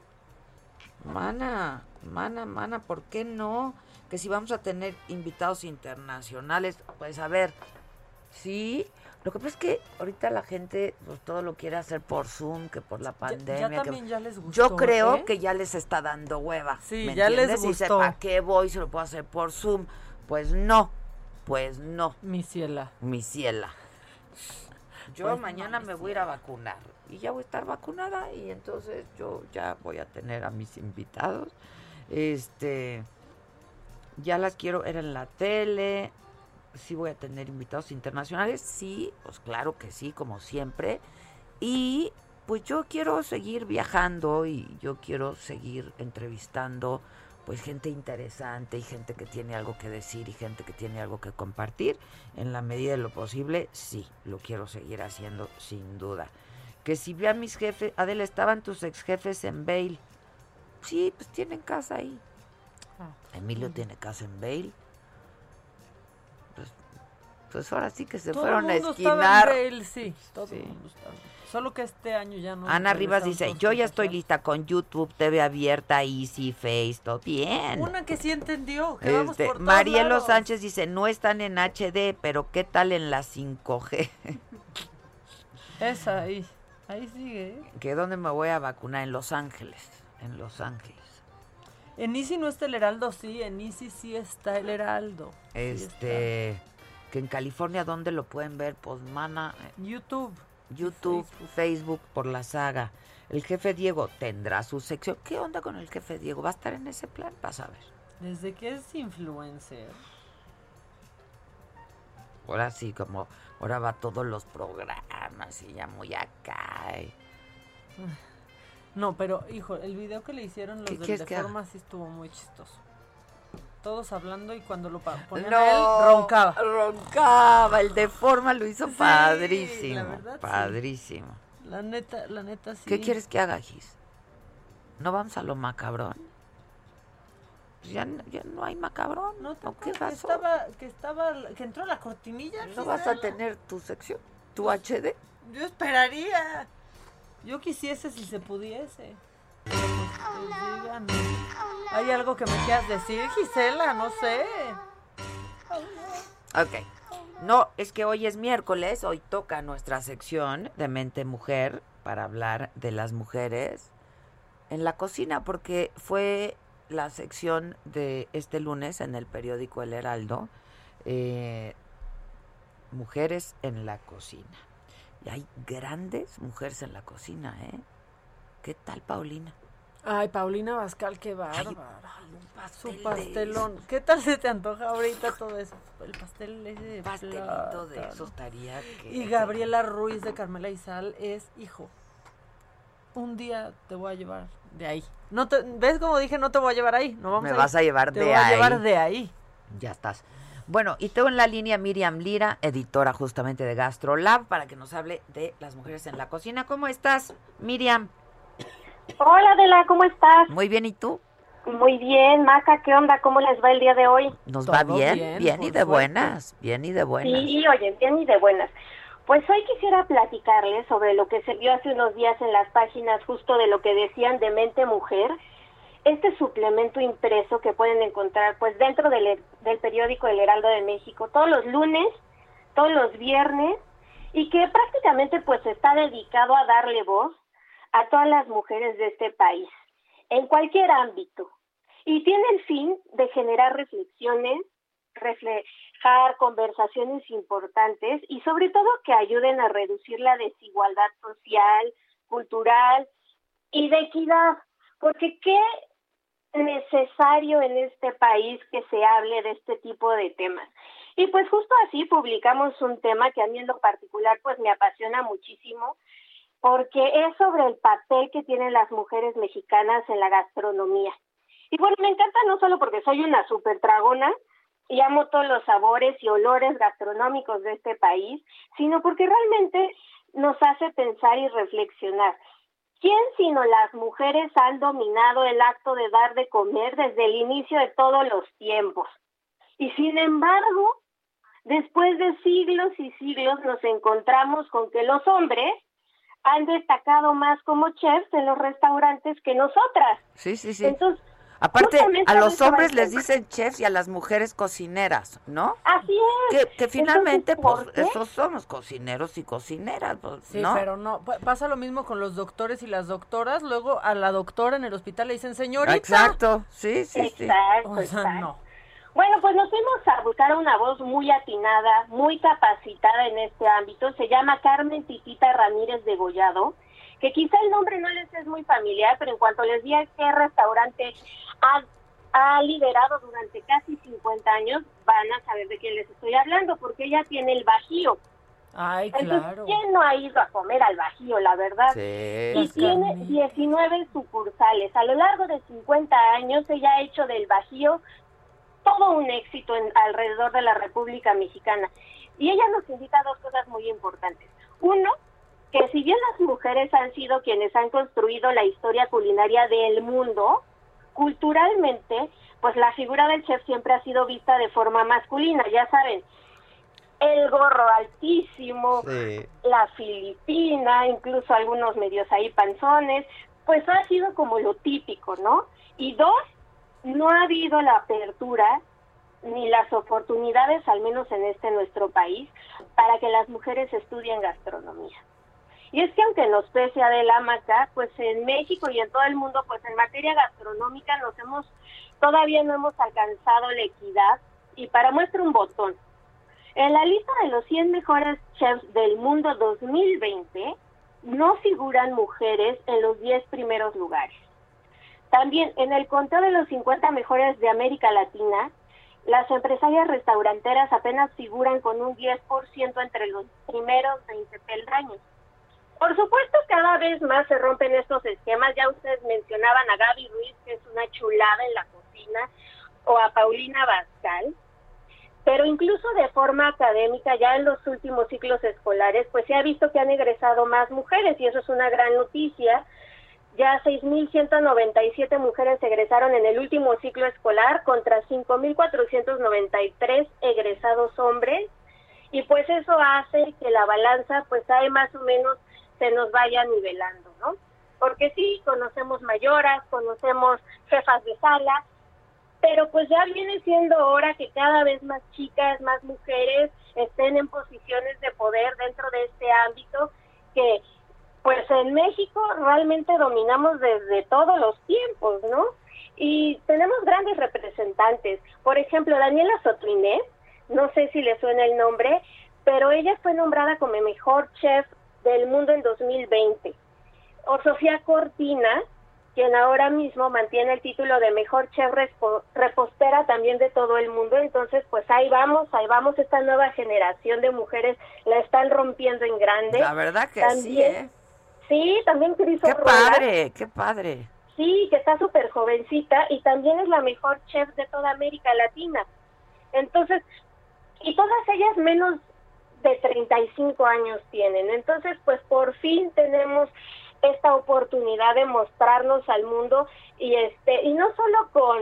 Mana, mana, mana, ¿por qué no? Que si vamos a tener invitados internacionales, pues a ver, Sí, lo que pasa es que ahorita la gente pues, todo lo quiere hacer por Zoom, que por la pandemia. Ya, ya también que... ya les gustó. Yo creo ¿eh? que ya les está dando hueva. Sí, ¿me ya entiendes? les Dice, gustó. ¿para qué voy si lo puedo hacer por Zoom? Pues no, pues no. Mi ciela. Mi ciela. Yo Pues mañana no, me voy a ir a vacunar y ya voy a estar vacunada y entonces yo ya voy a tener a mis invitados. Este, ya las quiero ver en la tele. Sí voy a tener invitados internacionales, sí, pues claro que sí, como siempre. Y pues yo quiero seguir viajando y yo quiero seguir entrevistando pues gente interesante y gente que tiene algo que decir y gente que tiene algo que compartir. En la medida de lo posible, sí, lo quiero seguir haciendo sin duda. Que si ve a mis jefes, Adela, ¿estaban tus ex jefes en Vail? Sí, pues tienen casa ahí. Emilio tiene casa en Vail. Pues, pues ahora sí que se todo fueron a el mundo esquinar. Estaba en Vail, sí, todo Sí. el mundo estaba. Solo que este año ya no. Ana Rivas regresaron dice, todos yo ya contagiados. estoy lista con YouTube, T V abierta, Easy, Face, todo bien. Una que sí entendió, que vamos Este, por todos Marielo lados. Sánchez dice, no están en H D, pero ¿qué tal en la cinco G? Esa ahí, ahí sigue. ¿eh? ¿Que dónde me voy a vacunar? En Los Ángeles, en Los Ángeles. En Easy no está el Heraldo, sí, en Easy sí está el Heraldo. Sí Este, que en California, ¿dónde lo pueden ver? Pues, mana, está. YouTube. YouTube, Facebook. Facebook, por la saga. El jefe Diego tendrá su sección. ¿Qué onda con el jefe Diego? ¿Va a estar en ese plan? Vas a ver. Desde que es influencer. Ahora sí, como ahora va a todos los programas y ya muy acá. y- No, pero, hijo, el video que le hicieron los ¿Qué del quieres que haga? Deforma sí estuvo muy chistoso. Todos hablando y cuando lo pa- ponían No, a él, roncaba. Roncaba, el Deforma lo hizo Sí, padrísimo. la verdad, sí. Padrísimo. La neta, la neta sí. ¿Qué quieres que haga, Gis? ¿No vamos a lo macabrón? Pues ya, no- ya no hay macabrón. No, ¿O que qué pasó? estaba, que estaba, que entró la cortinilla. ¿No vas a Gisela. tener tu sección? ¿Tu H D? Yo esperaría. Yo quisiese si se pudiese. Pero pues, pues, digan, ¿hay algo que me quieras decir, Gisela? No sé. Ok. No, es que hoy es miércoles, hoy toca nuestra sección de Mente Mujer para hablar de las mujeres en la cocina, porque fue la sección de este lunes en el periódico El Heraldo, eh, Mujeres en la cocina. Y hay grandes mujeres en la cocina, ¿eh? ¿Qué tal, Paulina? Ay, Paulina Bascal, qué bárbara. un Su pastel pastelón. ¿Qué tal se te antoja ahorita todo eso? El pastel ese de Pastelito de plátano. eso estaría que... Y Gabriela Ruiz de Carmela y Sal es hijo. Un día te voy a llevar de ahí. No te, ¿ves como dije? No te voy a llevar ahí. No vamos Me a ir. vas a llevar te de voy a ahí. llevar de ahí. Ya estás. Bueno, y tengo en la línea a Miriam Lira, editora justamente de GastroLab, para que nos hable de las mujeres en la cocina. ¿Cómo estás, Miriam? Hola, Adela, ¿cómo estás? Muy bien, ¿y tú? Muy bien, Maca, ¿qué onda? ¿Cómo les va el día de hoy? Nos va Todo bien, bien, bien, y por de suerte. buenas, bien y de buenas. Sí, oye, bien y de buenas. Pues hoy quisiera platicarles sobre lo que se vio hace unos días en las páginas justo de lo que decían de Mente Mujer, este suplemento impreso que pueden encontrar pues dentro del, del periódico El Heraldo de México todos los lunes, todos los viernes, y que prácticamente pues está dedicado a darle voz a todas las mujeres de este país, en cualquier ámbito, y tiene el fin de generar reflexiones, reflejar conversaciones importantes y sobre todo que ayuden a reducir la desigualdad social, cultural y de equidad, porque qué necesario en este país que se hable de este tipo de temas. Y pues justo así publicamos un tema que a mí en lo particular pues me apasiona muchísimo, porque es sobre el papel que tienen las mujeres mexicanas en la gastronomía. Y bueno, me encanta no solo porque soy una súper tragona y amo todos los sabores y olores gastronómicos de este país, sino porque realmente nos hace pensar y reflexionar. ¿Quién sino las mujeres han dominado el acto de dar de comer desde el inicio de todos los tiempos? Y sin embargo, después de siglos y siglos nos encontramos con que los hombres han destacado más como chefs en los restaurantes que nosotras. Sí, sí, sí. Entonces, Aparte, Justamente a de los eso va hombres el les tema. dicen chefs y a las mujeres cocineras, ¿no? Así Que, es. que finalmente, Entonces, ¿por pues, qué? esos somos cocineros y cocineras, pues, Sí, ¿no? pero no, pa- pasa lo mismo con los doctores y las doctoras, luego a la doctora en el hospital le dicen señorita. Exacto, sí, sí, sí. Exacto, O sea, exacto. no. Bueno, pues nos fuimos a buscar a una voz muy atinada, muy capacitada en este ámbito. Se llama Carmen Titita Ramírez de Gollado, que quizá el nombre no les es muy familiar, pero en cuanto les diga qué restaurante ha, ha liderado durante casi cincuenta años, van a saber de quién les estoy hablando, porque ella tiene el Bajío. Ay, Entonces, claro. ¿quién no ha ido a comer al Bajío, la verdad? Sí. Y Las tiene carnitas. diecinueve sucursales. A lo largo de cincuenta años, ella ha hecho del Bajío todo un éxito en, alrededor de la República Mexicana. Y ella nos indica dos cosas muy importantes. Uno, que si bien las mujeres han sido quienes han construido la historia culinaria del mundo, culturalmente, pues la figura del chef siempre ha sido vista de forma masculina, ya saben, el gorro altísimo, Sí. la filipina, incluso algunos medios ahí panzones, pues ha sido como lo típico, ¿no? Y dos, no ha habido la apertura ni las oportunidades, al menos en este nuestro país, para que las mujeres estudien gastronomía. Y es que aunque nos pese Adela Maca, pues en México y en todo el mundo, pues en materia gastronómica nos hemos, todavía no hemos alcanzado la equidad, y para muestra un botón. En la lista de los cien mejores chefs del mundo dos mil veinte, no figuran mujeres en los diez primeros lugares. También en el conteo de los cincuenta mejores de América Latina, las empresarias restauranteras apenas figuran con un diez por ciento entre los primeros veinte peldaños. Por supuesto, cada vez más se rompen estos esquemas. Ya ustedes mencionaban a Gaby Ruiz, que es una chulada en la cocina, o a Paulina Bascal. Pero incluso de forma académica, ya en los últimos ciclos escolares, pues se ha visto que han egresado más mujeres, y eso es una gran noticia. Ya seis mil ciento noventa y siete mujeres egresaron en el último ciclo escolar contra cinco mil cuatrocientos noventa y tres egresados hombres, y pues eso hace que la balanza pues ahí más o menos se nos vaya nivelando, ¿no? Porque sí, conocemos mayoras, conocemos jefas de sala, pero pues ya viene siendo hora que cada vez más chicas, más mujeres estén en posiciones de poder dentro de este ámbito que pues en México realmente dominamos desde todos los tiempos, ¿no? Y tenemos grandes representantes. Por ejemplo, Daniela Sotuinet, no sé si le suena el nombre, pero ella fue nombrada como mejor chef del mundo en dos mil veinte. O Sofía Cortina, quien ahora mismo mantiene el título de mejor chef respo- repostera también de todo el mundo. Entonces, pues ahí vamos, ahí vamos, esta nueva generación de mujeres la están rompiendo en grande. La verdad que también, sí, ¿eh? Sí, también Cris ¡Qué Orruela, padre, qué padre! sí, que está súper jovencita y también es la mejor chef de toda América Latina. Entonces, y todas ellas menos de treinta y cinco años tienen. Entonces, pues por fin tenemos esta oportunidad de mostrarnos al mundo, y este y no solo con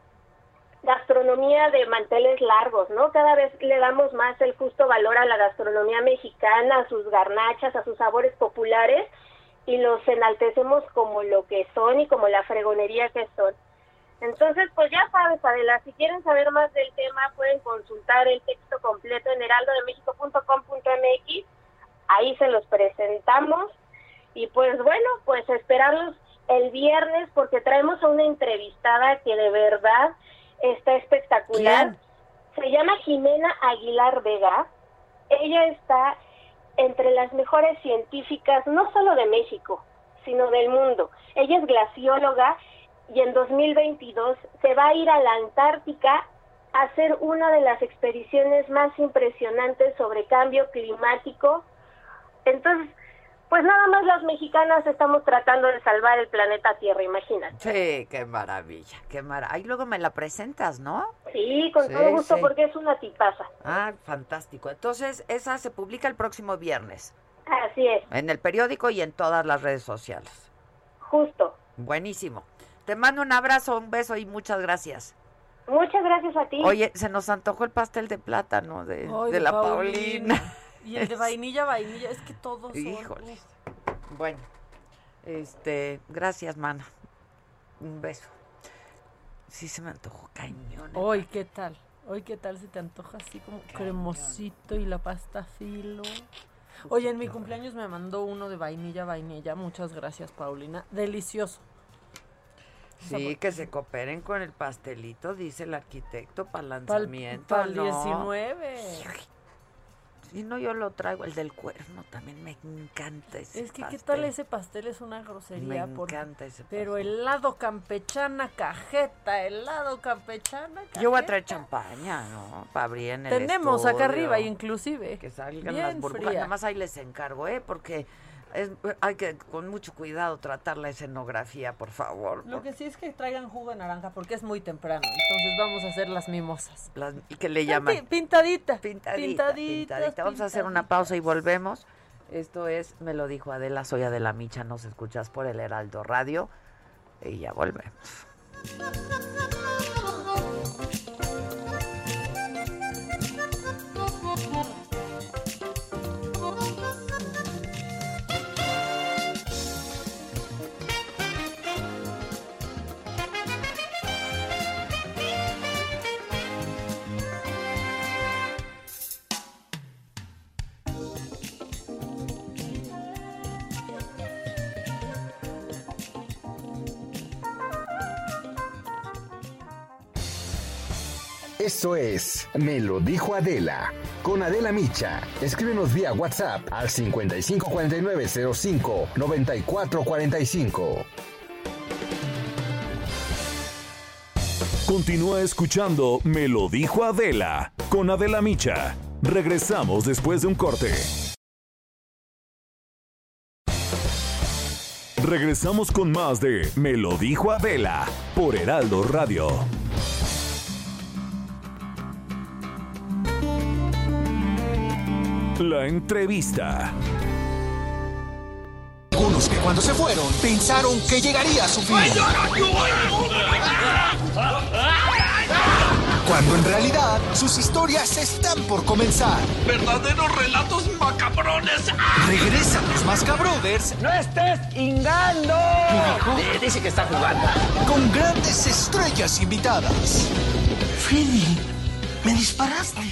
gastronomía de manteles largos, ¿no? Cada vez le damos más el justo valor a la gastronomía mexicana, a sus garnachas, a sus sabores populares, y los enaltecemos como lo que son y como la fregonería que son. Entonces, pues ya sabes, Adela, si quieren saber más del tema, pueden consultar el texto completo en heraldo de méxico punto com punto m x, ahí se los presentamos, y pues bueno, pues esperarlos el viernes, porque traemos a una entrevistada que de verdad está espectacular. ¿Quién? Se llama Jimena Aguilar Vega. Ella está entre las mejores científicas, no solo de México, sino del mundo. Ella es glacióloga, y en dos mil veintidós se va a ir a la Antártica a hacer una de las expediciones más impresionantes sobre cambio climático. Entonces, pues nada más las mexicanas estamos tratando de salvar el planeta Tierra, imagínate. Sí, qué maravilla, qué maravilla. Ahí luego me la presentas, ¿no? Sí, con Sí, todo gusto, sí. porque es una tipaza. Ah, fantástico. Entonces, esa se publica el próximo viernes. Así es. En el periódico y en todas las redes sociales. Justo. Buenísimo. Te mando un abrazo, un beso y muchas gracias. Muchas gracias a ti. Oye, se nos antojó el pastel de plátano de, Ay, de la Paulina. Paulina. Y el de vainilla, vainilla, es que todos son... Híjole. Bueno, este, gracias, mana. Un beso. Sí se me antojó cañón. Hoy, ¿qué tal? Hoy, ¿qué tal se te antoja así como cañón. Cremosito y la pasta filo? Oye, en mi cumpleaños me mandó uno de vainilla, vainilla. Muchas gracias, Paulina. Delicioso. Sí, que se cooperen con el pastelito, dice el arquitecto, para lanzamiento. Para el ¿no? diecinueve. Si no, yo lo traigo, el del cuerno, también me encanta ese Es que, pastel. ¿qué tal ese pastel? Es una grosería. Me porque, encanta ese pastel. Pero helado campechana, cajeta, helado campechana, cajeta. Yo voy a traer champaña, ¿no? Para abrir en el Tenemos estudio, acá arriba, inclusive. que salgan bien las burbujas. fría. Nada más ahí les encargo, ¿eh? Porque es, hay que con mucho cuidado tratar la escenografía, por favor. Lo por... que sí es que traigan jugo de naranja porque es muy temprano. Entonces vamos a hacer las mimosas. Las, ¿Y qué le llaman? Pintadita. Pintadita. Pintadita. Pintadita. Vamos a hacer una pausa y volvemos. Esto es Me lo dijo Adela, soy Adela Micha. Nos escuchas por el Heraldo Radio. Y ya volvemos. Esto es Me lo dijo Adela. Con Adela Micha. Escríbenos vía WhatsApp al cincuenta y cinco cuarenta y nueve cero cinco noventa y cuatro cuarenta y cinco. Continúa escuchando Me lo dijo Adela con Adela Micha. Regresamos después de un corte. Regresamos con más de Me lo dijo Adela por Heraldo Radio. La entrevista. Algunos que cuando se fueron pensaron que llegaría a su fin. Cuando en realidad sus historias están por comenzar. Verdaderos relatos macabrones. Regresan los Mascabrothers. ¡No estés ingando! Dice que está jugando. Con grandes estrellas invitadas. Freddy, me disparaste.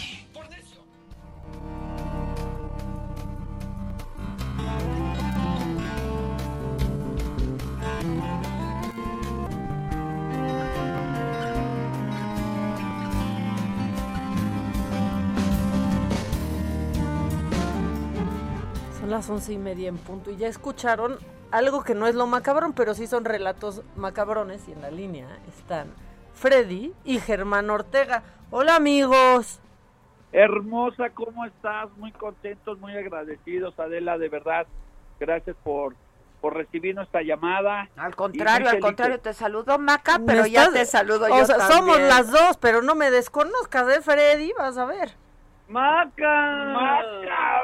Las once y media en punto y ya escucharon algo que no es lo macabrón, pero sí son relatos macabrones y en la línea están Freddy y Germán Ortega. Hola amigos. Hermosa, ¿cómo estás? Muy contentos, muy agradecidos, Adela, de verdad. Gracias por, por recibir nuestra llamada. Al contrario, al contrario, te saludo Maca, pero ya estás... te saludo o yo sea, también. Somos las dos, pero no me desconozcas de Freddy, vas a ver. Maca, Maca.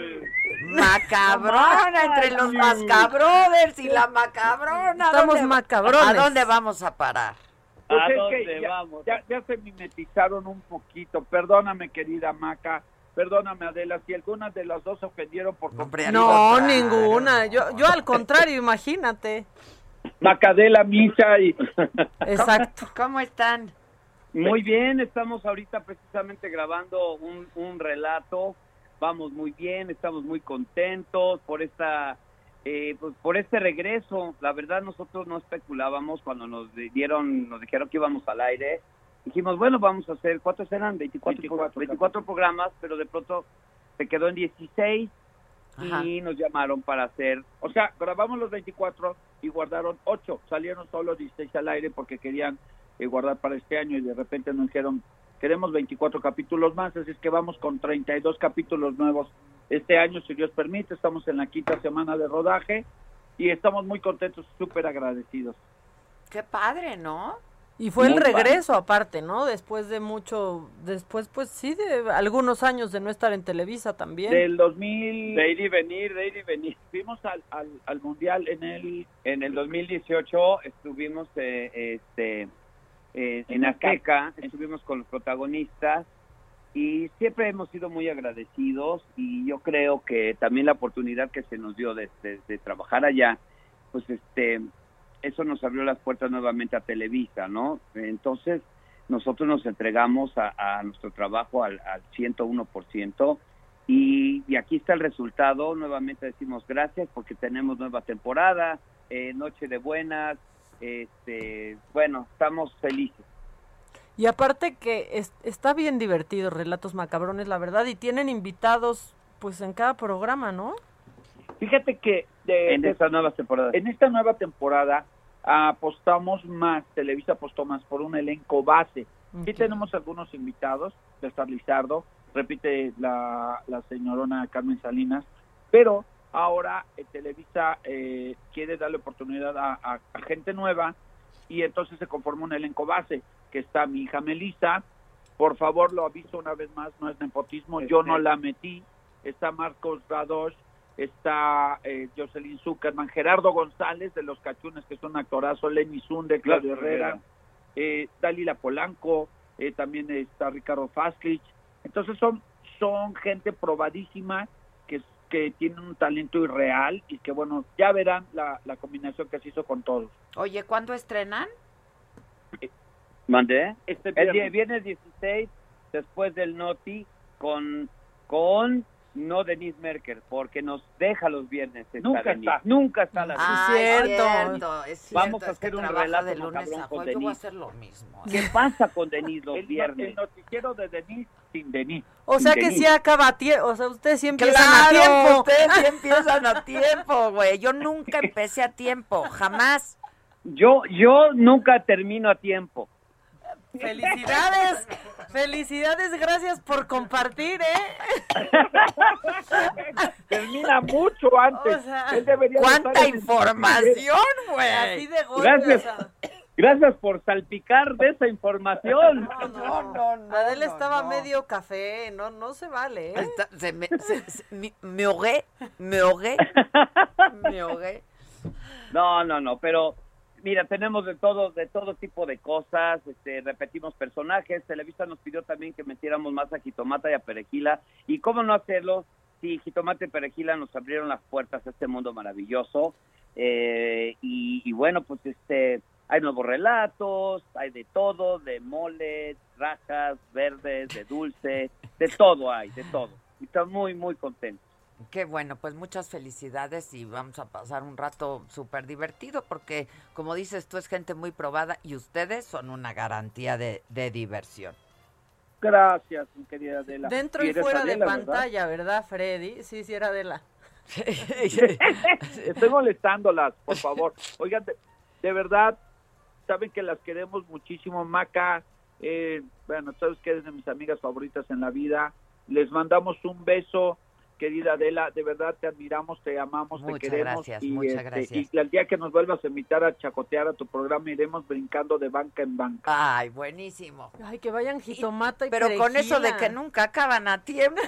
Macabrona, entre los Mascabrothers y la macabrona. Estamos ¿Dónde, macabrones. ¿A dónde vamos a parar? Pues ¿A es dónde que ya, vamos? Ya, ya se mimetizaron un poquito. Perdóname, querida Maca. Perdóname, Adela, si algunas de las dos se ofendieron por Hombre, No, ninguna. Yo, yo al contrario, imagínate. Macadela, Micha y... Exacto. ¿Cómo están? Muy bien, estamos ahorita precisamente grabando un, un relato. Vamos muy bien, estamos muy contentos por esta, eh, pues por este regreso. La verdad, nosotros no especulábamos cuando nos dieron, nos dijeron que íbamos al aire. Dijimos, bueno, vamos a hacer, ¿cuántos eran? veinticuatro, veinticuatro programas, pero de pronto se quedó en dieciséis. Ajá. Y nos llamaron para hacer, o sea, grabamos los veinticuatro y guardaron ocho. Salieron solo dieciséis al aire porque querían eh, guardar para este año y de repente nos dijeron, queremos veinticuatro capítulos más, así es que vamos con treinta y dos capítulos nuevos este año, si Dios permite. Estamos en la quinta semana de rodaje y estamos muy contentos, súper agradecidos. Qué padre, ¿no? Y fue muy el regreso padre. Aparte, ¿no? Después de mucho, después pues sí, de algunos años de no estar en Televisa también. Del dos mil... De ir y venir, de ir y venir. Fuimos al, al, al Mundial en el, en el dos mil dieciocho, estuvimos eh, este... Eh, en Azteca, estuvimos con los protagonistas y siempre hemos sido muy agradecidos y yo creo que también la oportunidad que se nos dio de, de, de trabajar allá, pues este eso nos abrió las puertas nuevamente a Televisa, ¿no? Entonces, nosotros nos entregamos a, a nuestro trabajo al, al ciento uno por ciento y, y aquí está el resultado. Nuevamente decimos gracias porque tenemos nueva temporada, eh, Noche de Buenas, este, bueno, estamos felices. Y aparte que es, está bien divertido Relatos Macabrones, la verdad, y tienen invitados pues en cada programa, ¿no? Fíjate que de, en de, esta nueva temporada. En esta nueva temporada apostamos más, Televisa apostó más por un elenco base. Okay. Sí tenemos algunos invitados, de estar Lizardo, repite la, la señorona Carmen Salinas, pero ahora eh, Televisa eh, quiere darle oportunidad a, a, a gente nueva y entonces se conforma un elenco base, que está mi hija Melissa, por favor lo aviso una vez más, no es nepotismo, este... yo no la metí, está Marcos Radosh, está eh, Jocelyn Zuckerman, Gerardo González de Los Cachunes, que es un actorazo, Lenny Zunde, Claudio Herrera, eh, Dalila Polanco, eh, también está Ricardo Faslich. Entonces son son gente probadísima que, que tienen un talento irreal y que, bueno, ya verán la, la combinación que se hizo con todos. Oye, ¿cuándo estrenan? Eh, ¿Mandé? Este viernes. El viernes dieciséis, después del Noti, con... con no Denise Merker, porque nos deja los viernes. Nunca está, nunca está la ah, es cierto. cierto, es cierto. Vamos a es hacer un relato de lunes a con Denise. Yo voy a hacer lo mismo. ¿Qué pasa con Denise los el, viernes? El noticiero de Denise sin Denise. O sea sin que Denise. sí acaba a tiempo, o sea, ustedes sí empiezan claro, a tiempo. ustedes sí empiezan a tiempo, güey. Yo nunca empecé a tiempo, jamás. Yo, yo nunca termino a tiempo. ¡Felicidades! ¡Felicidades! Gracias por compartir, ¿eh? Termina mucho antes. O sea, Él debería ¡cuánta información, güey! Así de golpe, Gracias. O sea. Gracias por salpicar de esa información. No, no, no. no Adela no, estaba no. medio café, no no se vale, ¿eh? Está, se me, se, se, me, me ahogué, me ahogué, me ahogué. No, no, no, pero... Mira, tenemos de todo, de todo tipo de cosas, este, repetimos personajes. Televisa nos pidió también que metiéramos más a Jitomata y a Perejila, y cómo no hacerlo si Jitomata y Perejila nos abrieron las puertas a este mundo maravilloso, eh, y, y bueno, pues este, hay nuevos relatos, hay de todo, de mole, rajas, verdes, de dulce, de todo hay, de todo, y estamos muy, muy contentos. Qué bueno, pues muchas felicidades y vamos a pasar un rato súper divertido porque, como dices, tú es gente muy probada y ustedes son una garantía de, de diversión. Gracias, mi querida Adela. Dentro y fuera Adela, de pantalla, ¿verdad? ¿verdad, Freddy? Sí, sí era Adela. Estoy molestándolas, por favor. Oigan, de, de verdad, saben que las queremos muchísimo, Maca. Eh, bueno, sabes que eres de mis amigas favoritas en la vida. Les mandamos un beso. Querida Adela, de verdad te admiramos, te amamos, muchas te queremos. Gracias, y, muchas este, gracias. Y al día que nos vuelvas a invitar a chacotear a tu programa, iremos brincando de banca en banca. Ay, buenísimo. Ay, que vayan Jitomata y, y Pero perejila. Con eso de que nunca acaban a tiempo.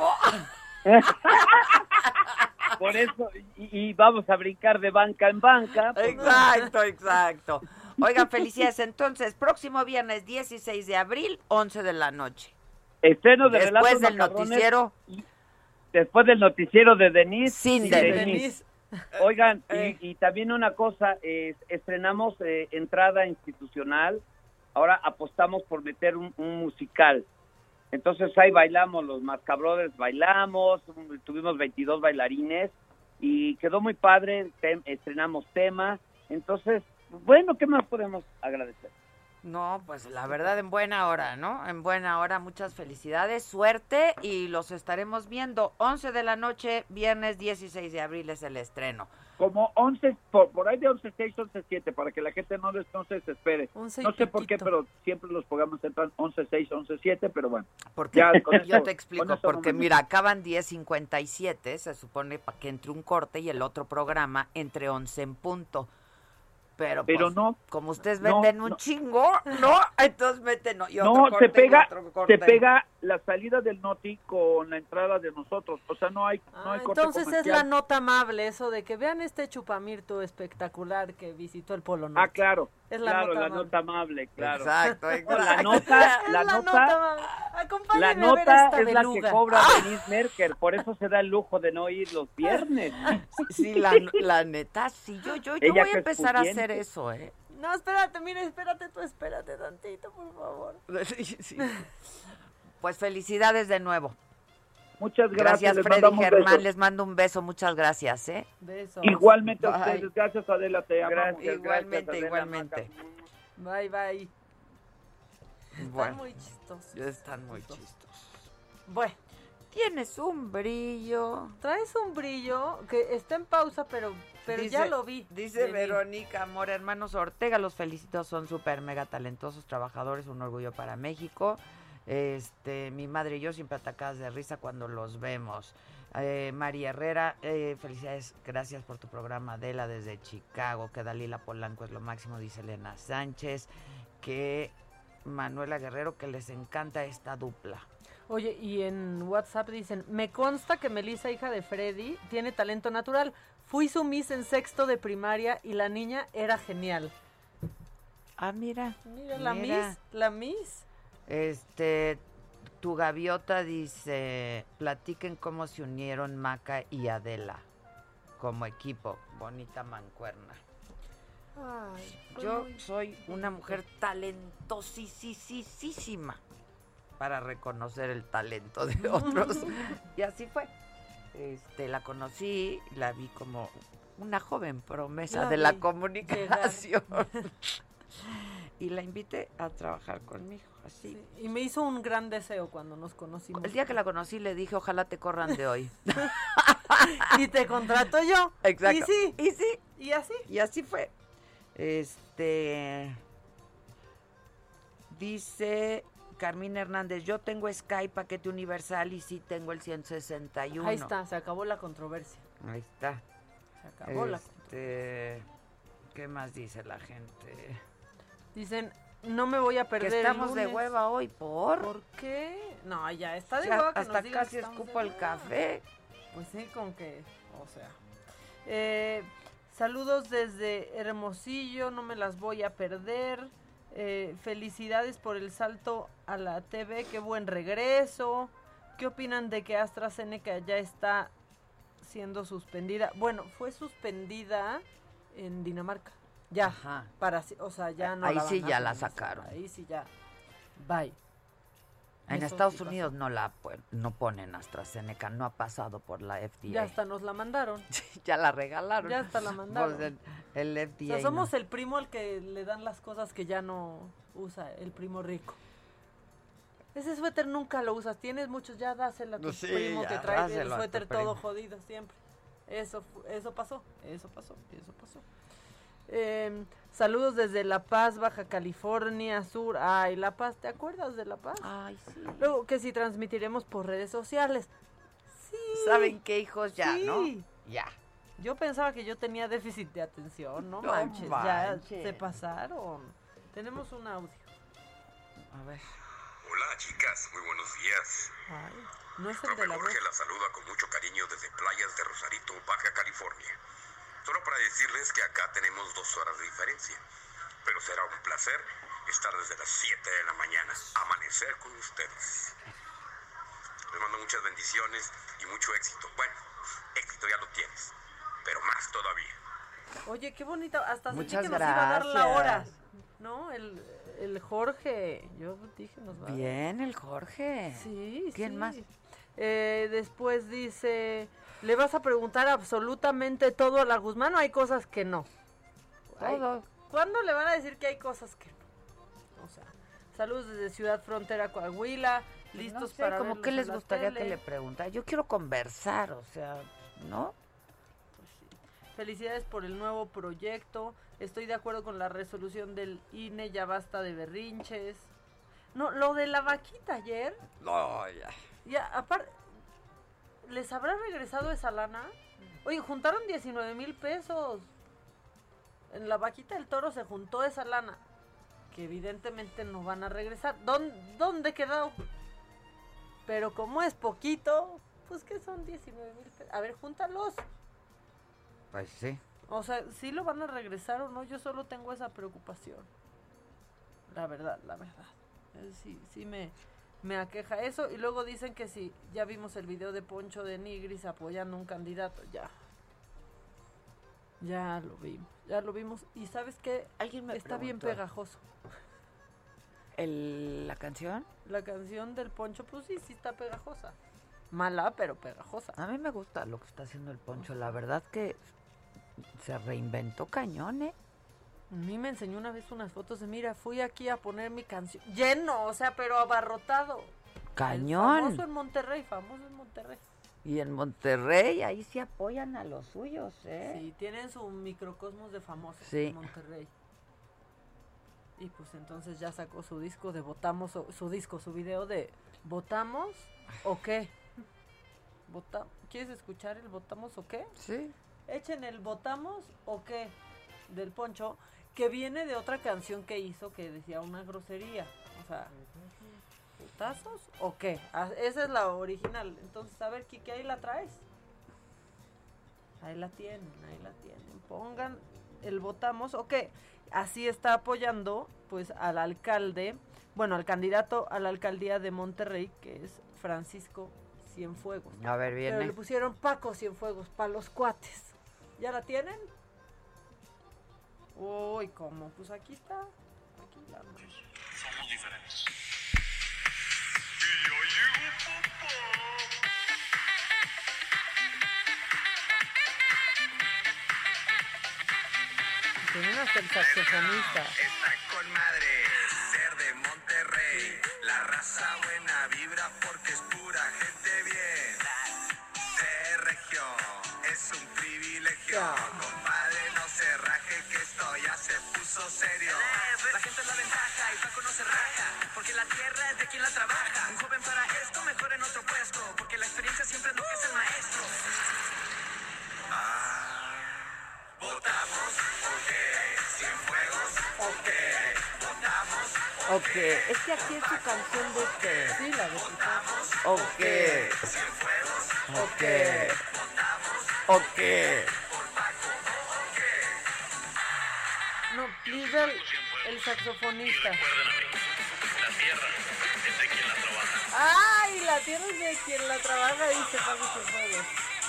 Por eso, y, y vamos a brincar de banca en banca. Exacto, exacto. Oigan, felicidades. Entonces, próximo viernes dieciséis de abril, once de la noche. Estreno de Después Relatos del Macabrones, noticiero... Después del noticiero de Denise. Sin de Denise. Denise. Oigan, eh. y, y también una cosa, eh, estrenamos eh, entrada institucional, ahora apostamos por meter un, un musical. Entonces ahí bailamos, los Mascabrothers bailamos, tuvimos veintidós bailarines y quedó muy padre, tem, estrenamos tema. Entonces, bueno, ¿qué más podemos agradecer? No, pues la verdad en buena hora, ¿no? En buena hora, muchas felicidades, suerte y los estaremos viendo. once de la noche, viernes dieciséis de abril es el estreno. Como once, por, por ahí de once seis, once siete, para que la gente no, les, no se desespere. No sé piquito. Por qué, pero siempre los programas entran once seis, once siete, pero bueno. Porque ya, yo eso, te explico, porque mira, acaban diez cincuenta y siete, se supone para que entre un corte y el otro programa entre once en punto. Pero, pero pues, no, como ustedes venden no, un no. chingo, ¿no? Entonces meten no, y otro no, corte, se pega, y otro corte. se pega la salida del Noti con la entrada de nosotros, o sea, no hay, no hay Ah, corte entonces comercial. es la nota amable, eso de que vean este chupamirto espectacular que visitó el Polo Norte. Ah, claro, Es la claro, nota la amable. nota amable, claro. Exacto, La exacto. nota, Es la la nota, nota amable. la Acompáñenme a ver nota esta es la que beluga. cobra ¡Ah! Denise Merker, por eso se da el lujo de no ir los viernes. Sí, la, la neta, sí, yo, yo, yo Ella voy a que es empezar a pudiente. hacer eso, ¿eh? No, espérate, mira, espérate tú, espérate tantito, por favor. Sí, sí. Pues felicidades de nuevo. Muchas gracias, Gracias, les Freddy mandamos Germán, besos. les mando un beso, muchas gracias, ¿eh? Besos. Igualmente a Bye. ustedes, gracias Adela, te amamos. Gracias, igualmente, Adela, igualmente. Bye, bye. Están Bueno, muy chistosos. están muy chistosos. Bueno. Tienes un brillo. Traes un brillo que está en pausa, pero, pero Dice- ya lo vi. Dice de mí. Verónica Amor, hermanos Ortega, los felicito, son súper mega talentosos trabajadores, un orgullo para México. Este, mi madre y yo siempre atacadas de risa cuando los vemos. Eh, María Herrera, eh, felicidades, gracias por tu programa, Adela, desde Chicago. Que Dalila Polanco es lo máximo, dice Elena Sánchez. Que Manuela Guerrero, que les encanta esta dupla. Oye, y en WhatsApp dicen, me consta que Melissa, hija de Freddy, tiene talento natural. Fui su miss en sexto de primaria y la niña era genial. Ah, mira. Mira, la mira. miss, la miss. Este, tu gaviota dice, platiquen cómo se unieron Maca y Adela como equipo, bonita mancuerna. Ay, pues Yo muy- soy una mujer talentosísima para reconocer el talento de otros. Y así fue. Este, la conocí, la vi como una joven promesa La de la vi comunicación. Y la invité a trabajar conmigo, así. Sí, y me hizo un gran deseo cuando nos conocimos. El día que la conocí le dije, ojalá te corran de hoy. Y te contrato yo. Exacto. Y sí. Y sí. Y así. Y así fue. Este. Dice Carmina Hernández, yo tengo Sky paquete universal y sí tengo el ciento sesenta y uno. Ahí está, se acabó la controversia. Ahí está. Se acabó la Este, ¿qué más dice la gente? Dicen, no me voy a perder Que el estamos de lunes. hueva hoy, ¿por? ¿Por qué? No, ya está de Ya hueva que hasta nos digan casi que estamos escupo de el hueva. café. Pues sí, con que, o sea. Eh, saludos desde Hermosillo, no me las voy a perder. Eh, felicidades por el salto a la T V, qué buen regreso. ¿Qué opinan de que AstraZeneca ya está siendo suspendida? Bueno, fue suspendida en Dinamarca. Ya, Ajá. para, si- o sea, ya no Ahí la van sí a ya la utilizar. sacaron. Ahí sí ya. Bye. En Eso Estados sí pasó. Unidos no la pu- no ponen AstraZeneca, no ha pasado por la F D A. Ya hasta nos la mandaron. Ya la regalaron. Ya hasta la mandaron. Pues el, el F O D A. sea, somos no. el primo al que le dan las cosas que ya no usa, el primo rico. Ese suéter nunca lo usas, tienes muchos, ya dáselo a tu Sí, primo ya, que trae el dáselo a tu suéter primo. todo jodido siempre. Eso, fu- eso pasó, eso pasó, eso pasó. Eh, saludos desde La Paz, Baja California Sur. Ay, La Paz, ¿te acuerdas de La Paz? Ay, sí. Luego que si transmitiremos por redes sociales. Sí. ¿Saben qué, hijos? Ya, Sí. ¿no? Ya. Yo pensaba que yo tenía déficit de atención, no, No manches, manches. ya se pasaron. Tenemos un audio. A ver. Hola chicas, muy buenos días. Ay, no es el Profe de la voz. Jorge la saluda con mucho cariño desde playas de Rosarito, Baja California. Solo para decirles que acá tenemos dos horas de diferencia, pero será un placer estar desde las siete de la mañana, amanecer con ustedes. Les mando muchas bendiciones y mucho éxito. Bueno, éxito ya lo tienes, pero más todavía. Oye, qué bonito, hasta sentí Muchas que nos iba a dar la hora. gracias. ¿No? El, el Jorge, yo dije nos va a dar. Bien, el Jorge. Sí, ¿Quién sí. más? Eh, después dice, ¿le vas a preguntar absolutamente todo a la Guzmán o hay cosas que no? Ay, Todo. ¿Cuándo le van a decir que hay cosas que no? O sea, saludos desde Ciudad Frontera, Coahuila, listos No sé, para como verlos que en les la gustaría tele. que le preguntara. Yo quiero conversar, o sea, ¿no? Felicidades por el nuevo proyecto. Estoy de acuerdo con la resolución del I N E, ya basta de berrinches. No, lo de la vaquita ayer, No, ya. ya, aparte, ¿les habrá regresado esa lana? Oye, juntaron diecinueve mil pesos. En la vaquita del toro se juntó esa lana, que evidentemente no van a regresar. ¿Dónde, dónde quedó? Pero como es poquito, pues que son diecinueve mil pesos. A ver, júntalos. Pues sí. O sea, ¿sí lo van a regresar o no? Yo solo tengo esa preocupación. La verdad, la verdad. Eh, sí, sí me, me aqueja eso. Y luego dicen que sí, ya vimos el video de Poncho de Nigris apoyando a un candidato. Ya. Ya lo vimos, ya lo vimos. ¿Y sabes qué? Alguien me Está preguntó. bien pegajoso. ¿El, ¿La canción? La canción del Poncho, pues sí, sí está pegajosa. Mala, pero pegajosa. A mí me gusta lo que está haciendo el Poncho. La verdad que se reinventó cañón, ¿eh? A mí me enseñó una vez unas fotos de, mira, fui aquí a poner mi canción. Lleno, o sea, pero abarrotado. Cañón. El famoso en Monterrey, famoso en Monterrey. Y en Monterrey, ahí sí apoyan a los suyos, ¿eh? Sí, tienen su microcosmos de famosos sí. en Monterrey. Y pues entonces ya sacó su disco de Votamos, su disco, su video de ¿Votamos o qué? Vota, ¿quieres escuchar el Votamos o qué? Sí. Echen el Votamos o qué del Poncho, que viene de otra canción que hizo que decía una grosería. O sea, ¿putazos o qué? Ah, esa es la original. Entonces, a ver, Kike, ahí la traes. Ahí la tienen, ahí la tienen. Pongan el Votamos o qué. Así está apoyando pues al alcalde, bueno, al candidato a la alcaldía de Monterrey, que es Francisco Cienfuegos. A ver, viene. Pero le pusieron Paco Cienfuegos para los cuates. ¿Ya la tienen? Uy, ¿cómo? Pues aquí está. Aquí la mano. Somos diferentes. Y yo llego, papá. Tienen hasta el saxofonista. Está con madre ser de Monterrey. La raza buena vibra porque es pura gente bien. De región es un privilegio. Compadre, no se raje que esto ya se puso serio. La gente es la ventaja y Paco no se raja, porque la tierra es de quien la trabaja. Un joven para esto mejor en otro puesto, porque la experiencia siempre es lo que es el maestro. Ah, votamos, ok. Cienfuegos, ok. Votamos, ok. Es que aquí es su canción de este. Sí, la de votamos, ok. Cienfuegos, ok. Votamos, ok. Por Paco, ok. No, please, el, el saxofonista. Recuerden, amigos, la tierra es de quien la trabaja. ¡Ay! La tierra es de quien la trabaja, dice Paco Cienfuegos.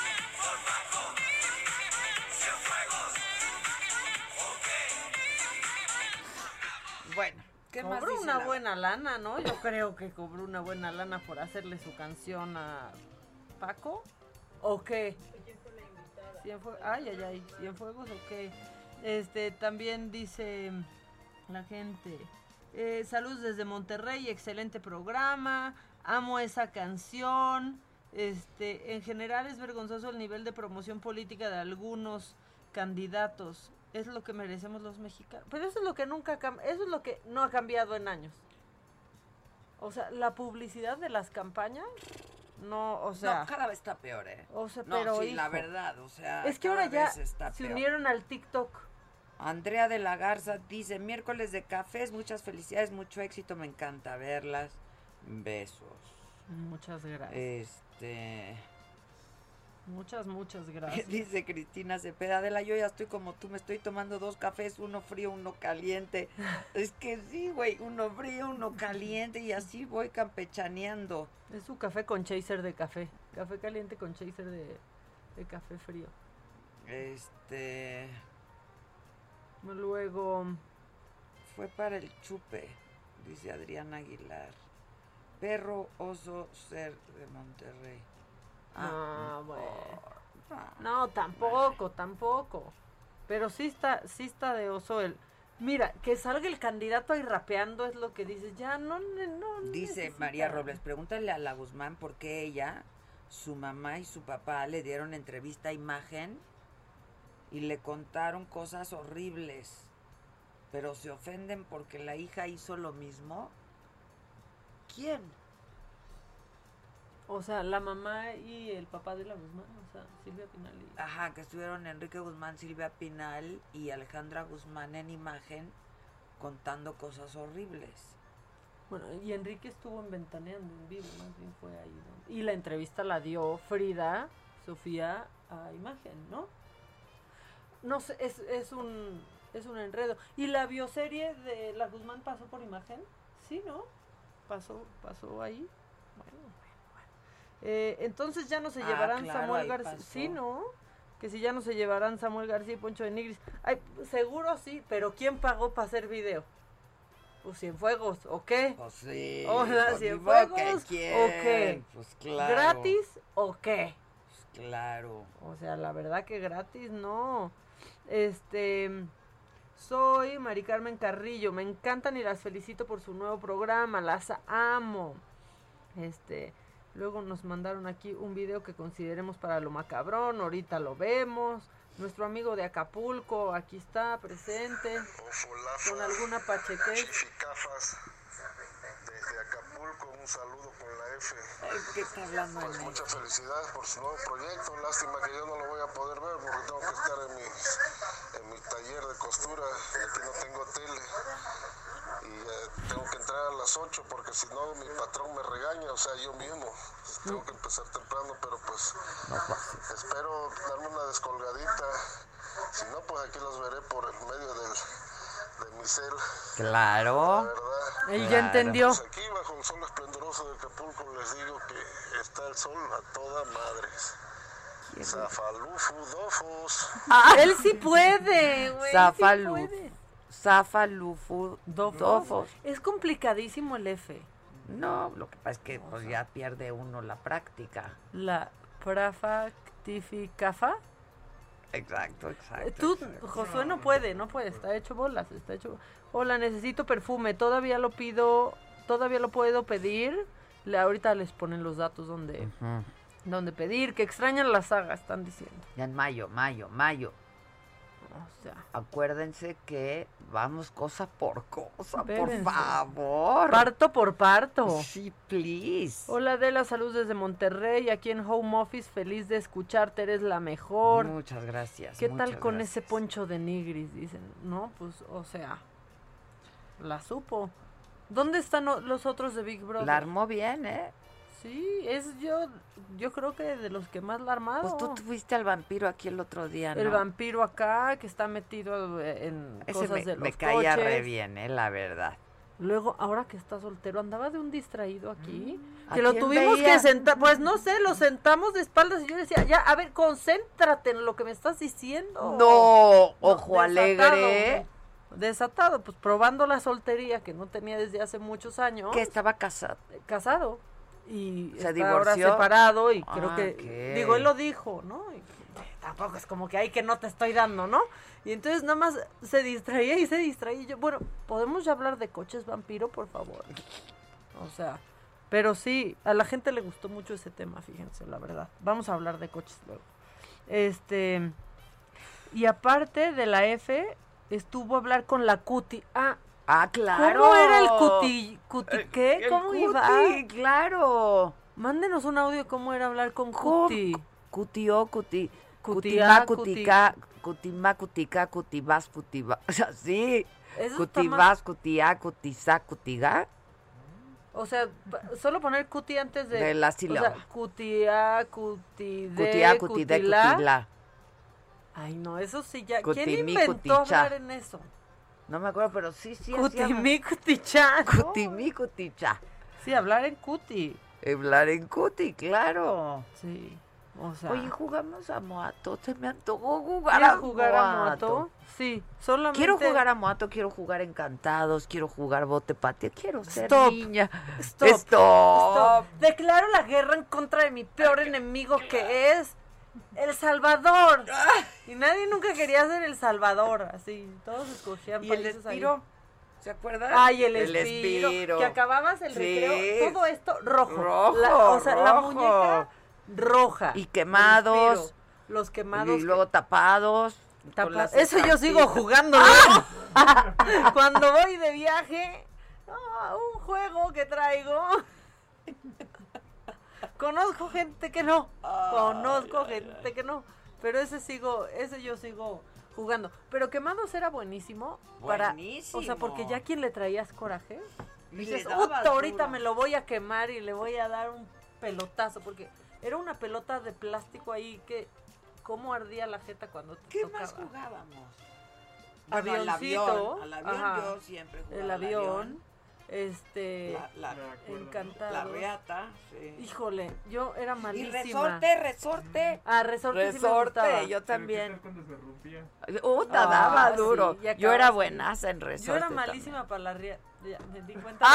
Bueno, ¿qué más cobró dice una la... buena lana, ¿no? Yo creo que cobró una buena lana por hacerle su canción a Paco. ¿O qué? Cienfuegos. Ay, ay, ay. Cienfuegos, ¿o qué? Este, también dice la gente. Eh, saludos desde Monterrey, excelente programa. Amo esa canción. Este, en general es vergonzoso el nivel de promoción política de algunos candidatos. Es lo que merecemos los mexicanos. Pero eso es lo que nunca cam- eso es lo que no ha cambiado en años. O sea, la publicidad de las campañas no, o sea, no, cada vez está peor, ¿eh? O sea, no, pero sí, hijo, la verdad, o sea, es que ahora ya se peor. unieron al TikTok. Andrea de la Garza dice, miércoles de cafés, muchas felicidades, mucho éxito, me encanta verlas. Besos. Muchas gracias. Este... Muchas, muchas gracias. Dice Cristina Cepeda, Adela, yo ya estoy como tú, me estoy tomando dos cafés, uno frío, uno caliente. Es que sí, güey, uno frío, uno caliente y así voy campechaneando. Es su café con chaser de café. Café caliente con chaser de, de café frío. Este... Luego... Fue para el chupe, dice Adriana Aguilar. Perro oso ser de Monterrey. Ah, bueno. No, tampoco, tampoco. Pero sí está, sí está de oso el... Mira, que salga el candidato ahí rapeando es lo que dices. Ya no, no dice necesita. María Robles, pregúntale a la Guzmán por qué ella, su mamá y su papá le dieron entrevista a Imagen y le contaron cosas horribles, pero se ofenden porque la hija hizo lo mismo. ¿Quién? O sea, la mamá y el papá de la Guzmán, o sea, Silvia Pinal y... Ajá, que estuvieron Enrique Guzmán, Silvia Pinal y Alejandra Guzmán en Imagen contando cosas horribles. Bueno, y Enrique estuvo en Ventaneando en vivo, más bien fue ahí. ¿No? Y la entrevista la dio Frida Sofía a Imagen, ¿no? No sé, es, es un es un enredo. ¿Y la bioserie de La Guzmán pasó por Imagen? Sí, ¿no? Pasó, pasó ahí. Bueno, bueno, bueno. Eh, entonces ya no se Ah, llevarán claro, Samuel ahí García. pasó. Sí, ¿no? Que si ya no se llevarán Samuel García y Poncho de Nigris. Ay, seguro sí, pero ¿quién pagó para hacer video? Pues Cienfuegos, ¿o qué? Pues sí. Hola, pues, Cienfuegos, ni modo que quién, ¿o qué? Pues claro. ¿Gratis o qué? Pues claro. O sea, la verdad que gratis no. Este, soy Mari Carmen Carrillo, me encantan y las felicito por su nuevo programa, las amo. Este, luego nos mandaron aquí un video que consideremos para lo macabrón, ahorita lo vemos. Nuestro amigo de Acapulco, aquí está, presente, con alguna pachequez. Chifigafas, desde Acapulco, un saludo con la F. Ay, ¿qué está hablando? Pues muchas felicidades por su nuevo proyecto. Lástima que yo no lo voy a poder ver porque tengo que estar en mi, en mi taller de costura y aquí no tengo tele. Y eh, tengo que entrar a las ocho porque si no mi patrón me regaña, o sea, yo mismo. Tengo que empezar temprano, pero pues espero darme una descolgadita. Si no, pues aquí los veré por el medio del, de mi cel. Claro. La verdad. Él ya entendió. Pues aquí bajo el sol esplendoroso de Acapulco les digo que está el sol a toda madres. Zafalufudofos. Ah, él sí puede, güey. Zafalu. Sí puede. Zafalufu. Dofos. Es complicadísimo el F. No, lo que pasa es que pues ya pierde uno la práctica. La prafactificafa. Exacto, exacto. Tú, exacto. Josué, no puede, no puede, está hecho bolas, está hecho... Hola, necesito perfume, todavía lo pido, todavía lo puedo pedir. Le, ahorita les ponen los datos donde, Uh-huh. donde pedir, que extrañan la saga, están diciendo. Ya en mayo, mayo, mayo. O sea, acuérdense que vamos cosa por cosa, espérense. por favor. Parto por parto. Sí, please. Hola, Adela, saludos desde Monterrey, aquí en Home Office, feliz de escucharte, eres la mejor. Muchas gracias. ¿Qué muchas tal con gracias. ese Poncho de Nigris? Dicen, no, pues, o sea, la supo. ¿Dónde están o- los otros de Big Brother? La armó bien, ¿eh? Sí, es yo, yo creo que de los que más la ha armado. Pues tú fuiste al vampiro aquí el otro día, ¿no? El vampiro acá, que está metido eh, en Ese cosas me, de los me caía coches. re bien, ¿eh? La verdad. Luego, ahora que está soltero, andaba de un distraído aquí, ¿A que lo quién tuvimos veía? que sentar, pues no sé, lo sentamos de espaldas y yo decía, ya, a ver, concéntrate en lo que me estás diciendo. No, ojo desatado, alegre. Desatado, pues probando la soltería que no tenía desde hace muchos años. Que estaba casado. Casado. Y ¿Se está ahora divorció? separado y creo Ah, que, ok. digo, él lo dijo, ¿no? Y, eh, tampoco es como que hay que no te estoy dando, ¿no? Y entonces nada más se distraía y se distraía. Y yo, bueno, ¿podemos ya hablar de coches vampiro, por favor? O sea, pero sí, a la gente le gustó mucho ese tema, fíjense, la verdad. Vamos a hablar de coches luego. Este, y aparte de la F, estuvo a hablar con la Cuti. Ah, Ah, claro. ¿cómo era el cuti, cuti El- qué? el ¿Cómo cuti, iba? claro. Mándenos un audio de cómo era hablar con ¿Cómo? Cuti. Cutio, cuti. Cutia, Cutima, cutica, cutima, cutica, cutibas, cutiba. O sea, sí. Eso está Cutibas, cutia, cutiza, cutiga. O sea, pa- solo poner cuti antes de... De la O sílaba. sea, cutia, cutide, Cutia, cutide, cutila. cutila. Ay, no, eso sí ya... Cutimi, ¿Quién inventó cuticha. hablar en eso? No me acuerdo, pero sí, sí. Cutimi, cuticha. ¿no? Cutimi, cuticha. Sí, hablar en cuti. Hablar en cuti, claro. Sí, o sea... Oye, jugamos a Moato. Se me antojó jugar ¿quieres a jugar a Moato. Moato? Sí, solamente... Quiero jugar a Moato, quiero jugar Encantados, quiero jugar Bote Patio, quiero ser Stop. niña. Stop. Stop. Stop. Declaro la guerra en contra de mi peor enemigo, que es El Salvador. Y nadie nunca quería ser El Salvador, así. Todos escogían ¿Y el países ahí. Espiro? ¿Se acuerdan? Ay, el, El Espiro, Espiro. que acababas el Sí. recreo, todo esto rojo. Rojo, La- o sea, la rojo. muñeca roja. Y El quemados. Espiro, los quemados. Y luego tapados. Tapa- con las Eso yo sigo estampitas. jugando. Cuando voy de viaje, ah, un juego que traigo. Conozco gente que no. Conozco gente que no. Pero ese sigo, ese yo sigo jugando. Pero Quemados era buenísimo. Para, Buenísimo. o sea, porque ya quien le traías coraje. Dices, dabas "Uta, ahorita duro". me lo voy a quemar y le voy a dar un pelotazo", porque era una pelota de plástico ahí que cómo ardía la jeta cuando te ¿Qué tocaba. más jugábamos? Bueno, al Avioncito, avión, al avión ajá, yo siempre jugaba el al avión, avión. este, La, la, encantado. la reata, sí. Híjole, yo era malísima. Y resorte, resorte. Ah, resorte, sí me Resorte, gustaba. yo también. Cuando se rompía. Uta, Ah, daba sí, duro. ya Yo era acabas, buenaza en resorte. Yo era también. malísima para la ria... ya, me di cuenta.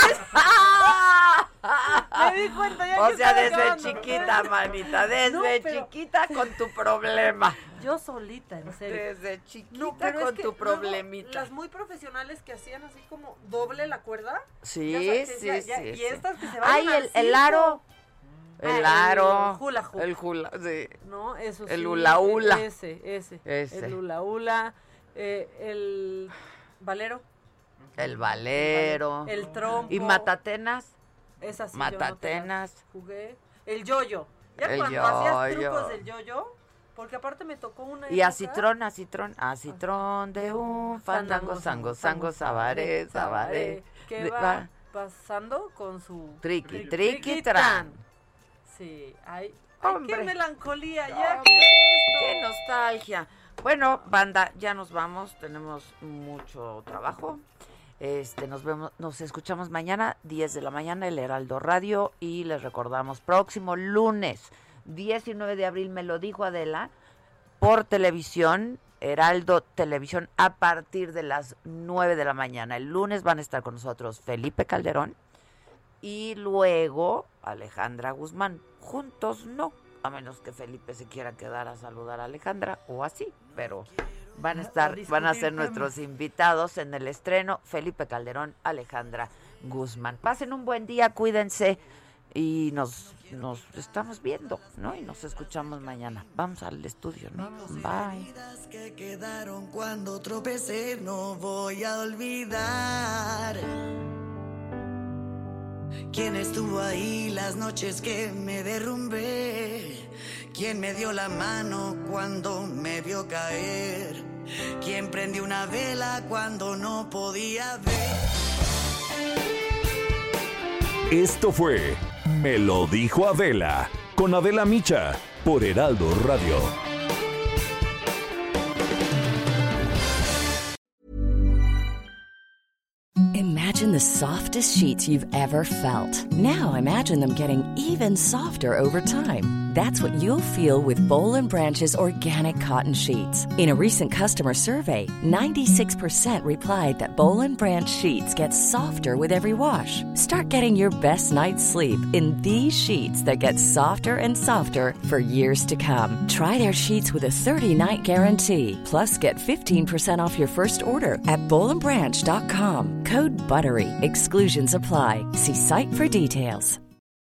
¡Ah! Me di cuenta ya O que sea, estaba desde acabando. chiquita, manita, desde No, pero- chiquita con tu problema. Yo solita, en serio. Desde chiquita No, pero es con que tu luego problemita. Las muy profesionales que hacían así como doble la cuerda. Sí, ya sabes, sí, ya- sí, ya- sí. Y estas que se van Ay, el, el aro. El Ah, el aro. hula hoop. El hula, sí. No, eso sí. El hula hula. Ese, ese. Ese. El hula hula. eh, el valero. El valero. El trompo. ¿Y matatenas? Esa sí, yo no te Matatenas. las jugué. El yoyo. Ya El cuando hacías yoyo. trucos del yoyo, porque aparte me tocó una Y época- acitrón, acitrón, acitrón de un fandango, sango, sango, sabaré, sabaré. Que De- va va. pasando con su... Triqui, triqui, tran. Sí, ay, ay, Hombre. qué melancolía, ya, Hombre, ¿qué es esto? Qué nostalgia. Bueno, banda, ya nos vamos, tenemos mucho trabajo. Este, nos vemos, nos escuchamos mañana, diez de la mañana, el Heraldo Radio, y les recordamos, próximo lunes, diecinueve de abril, me lo dijo Adela, por televisión, Heraldo Televisión, a partir de las nueve de la mañana. El lunes van a estar con nosotros Felipe Calderón y luego Alejandra Guzmán. Juntos no, a menos que Felipe se quiera quedar a saludar a Alejandra o así, pero van a estar, van a ser nuestros invitados en el estreno, Felipe Calderón, Alejandra Guzmán. Pasen un buen día, cuídense y nos, nos estamos viendo, ¿no? Y nos escuchamos mañana. Vamos al estudio, ¿no? Bye. Que quedaron cuando tropecé, no voy a olvidar. ¿Quién estuvo ahí las noches que me derrumbé? ¿Quién me dio la mano cuando me vio caer? ¿Quién prendió una vela cuando no podía ver? Esto fue Me lo dijo Adela, con Adela Micha, por Heraldo Radio. Imagine the softest sheets you've ever felt. Now imagine them getting even softer over time. That's what you'll feel with Boll and Branch's organic cotton sheets. In a recent customer survey, ninety-six percent replied that Boll and Branch sheets get softer with every wash. Start getting your best night's sleep in these sheets that get softer and softer for years to come. Try their sheets with a thirty-night guarantee. Plus, get fifteen percent off your first order at boll and branch dot com. Code BUTTERY. Exclusions apply. See site for details.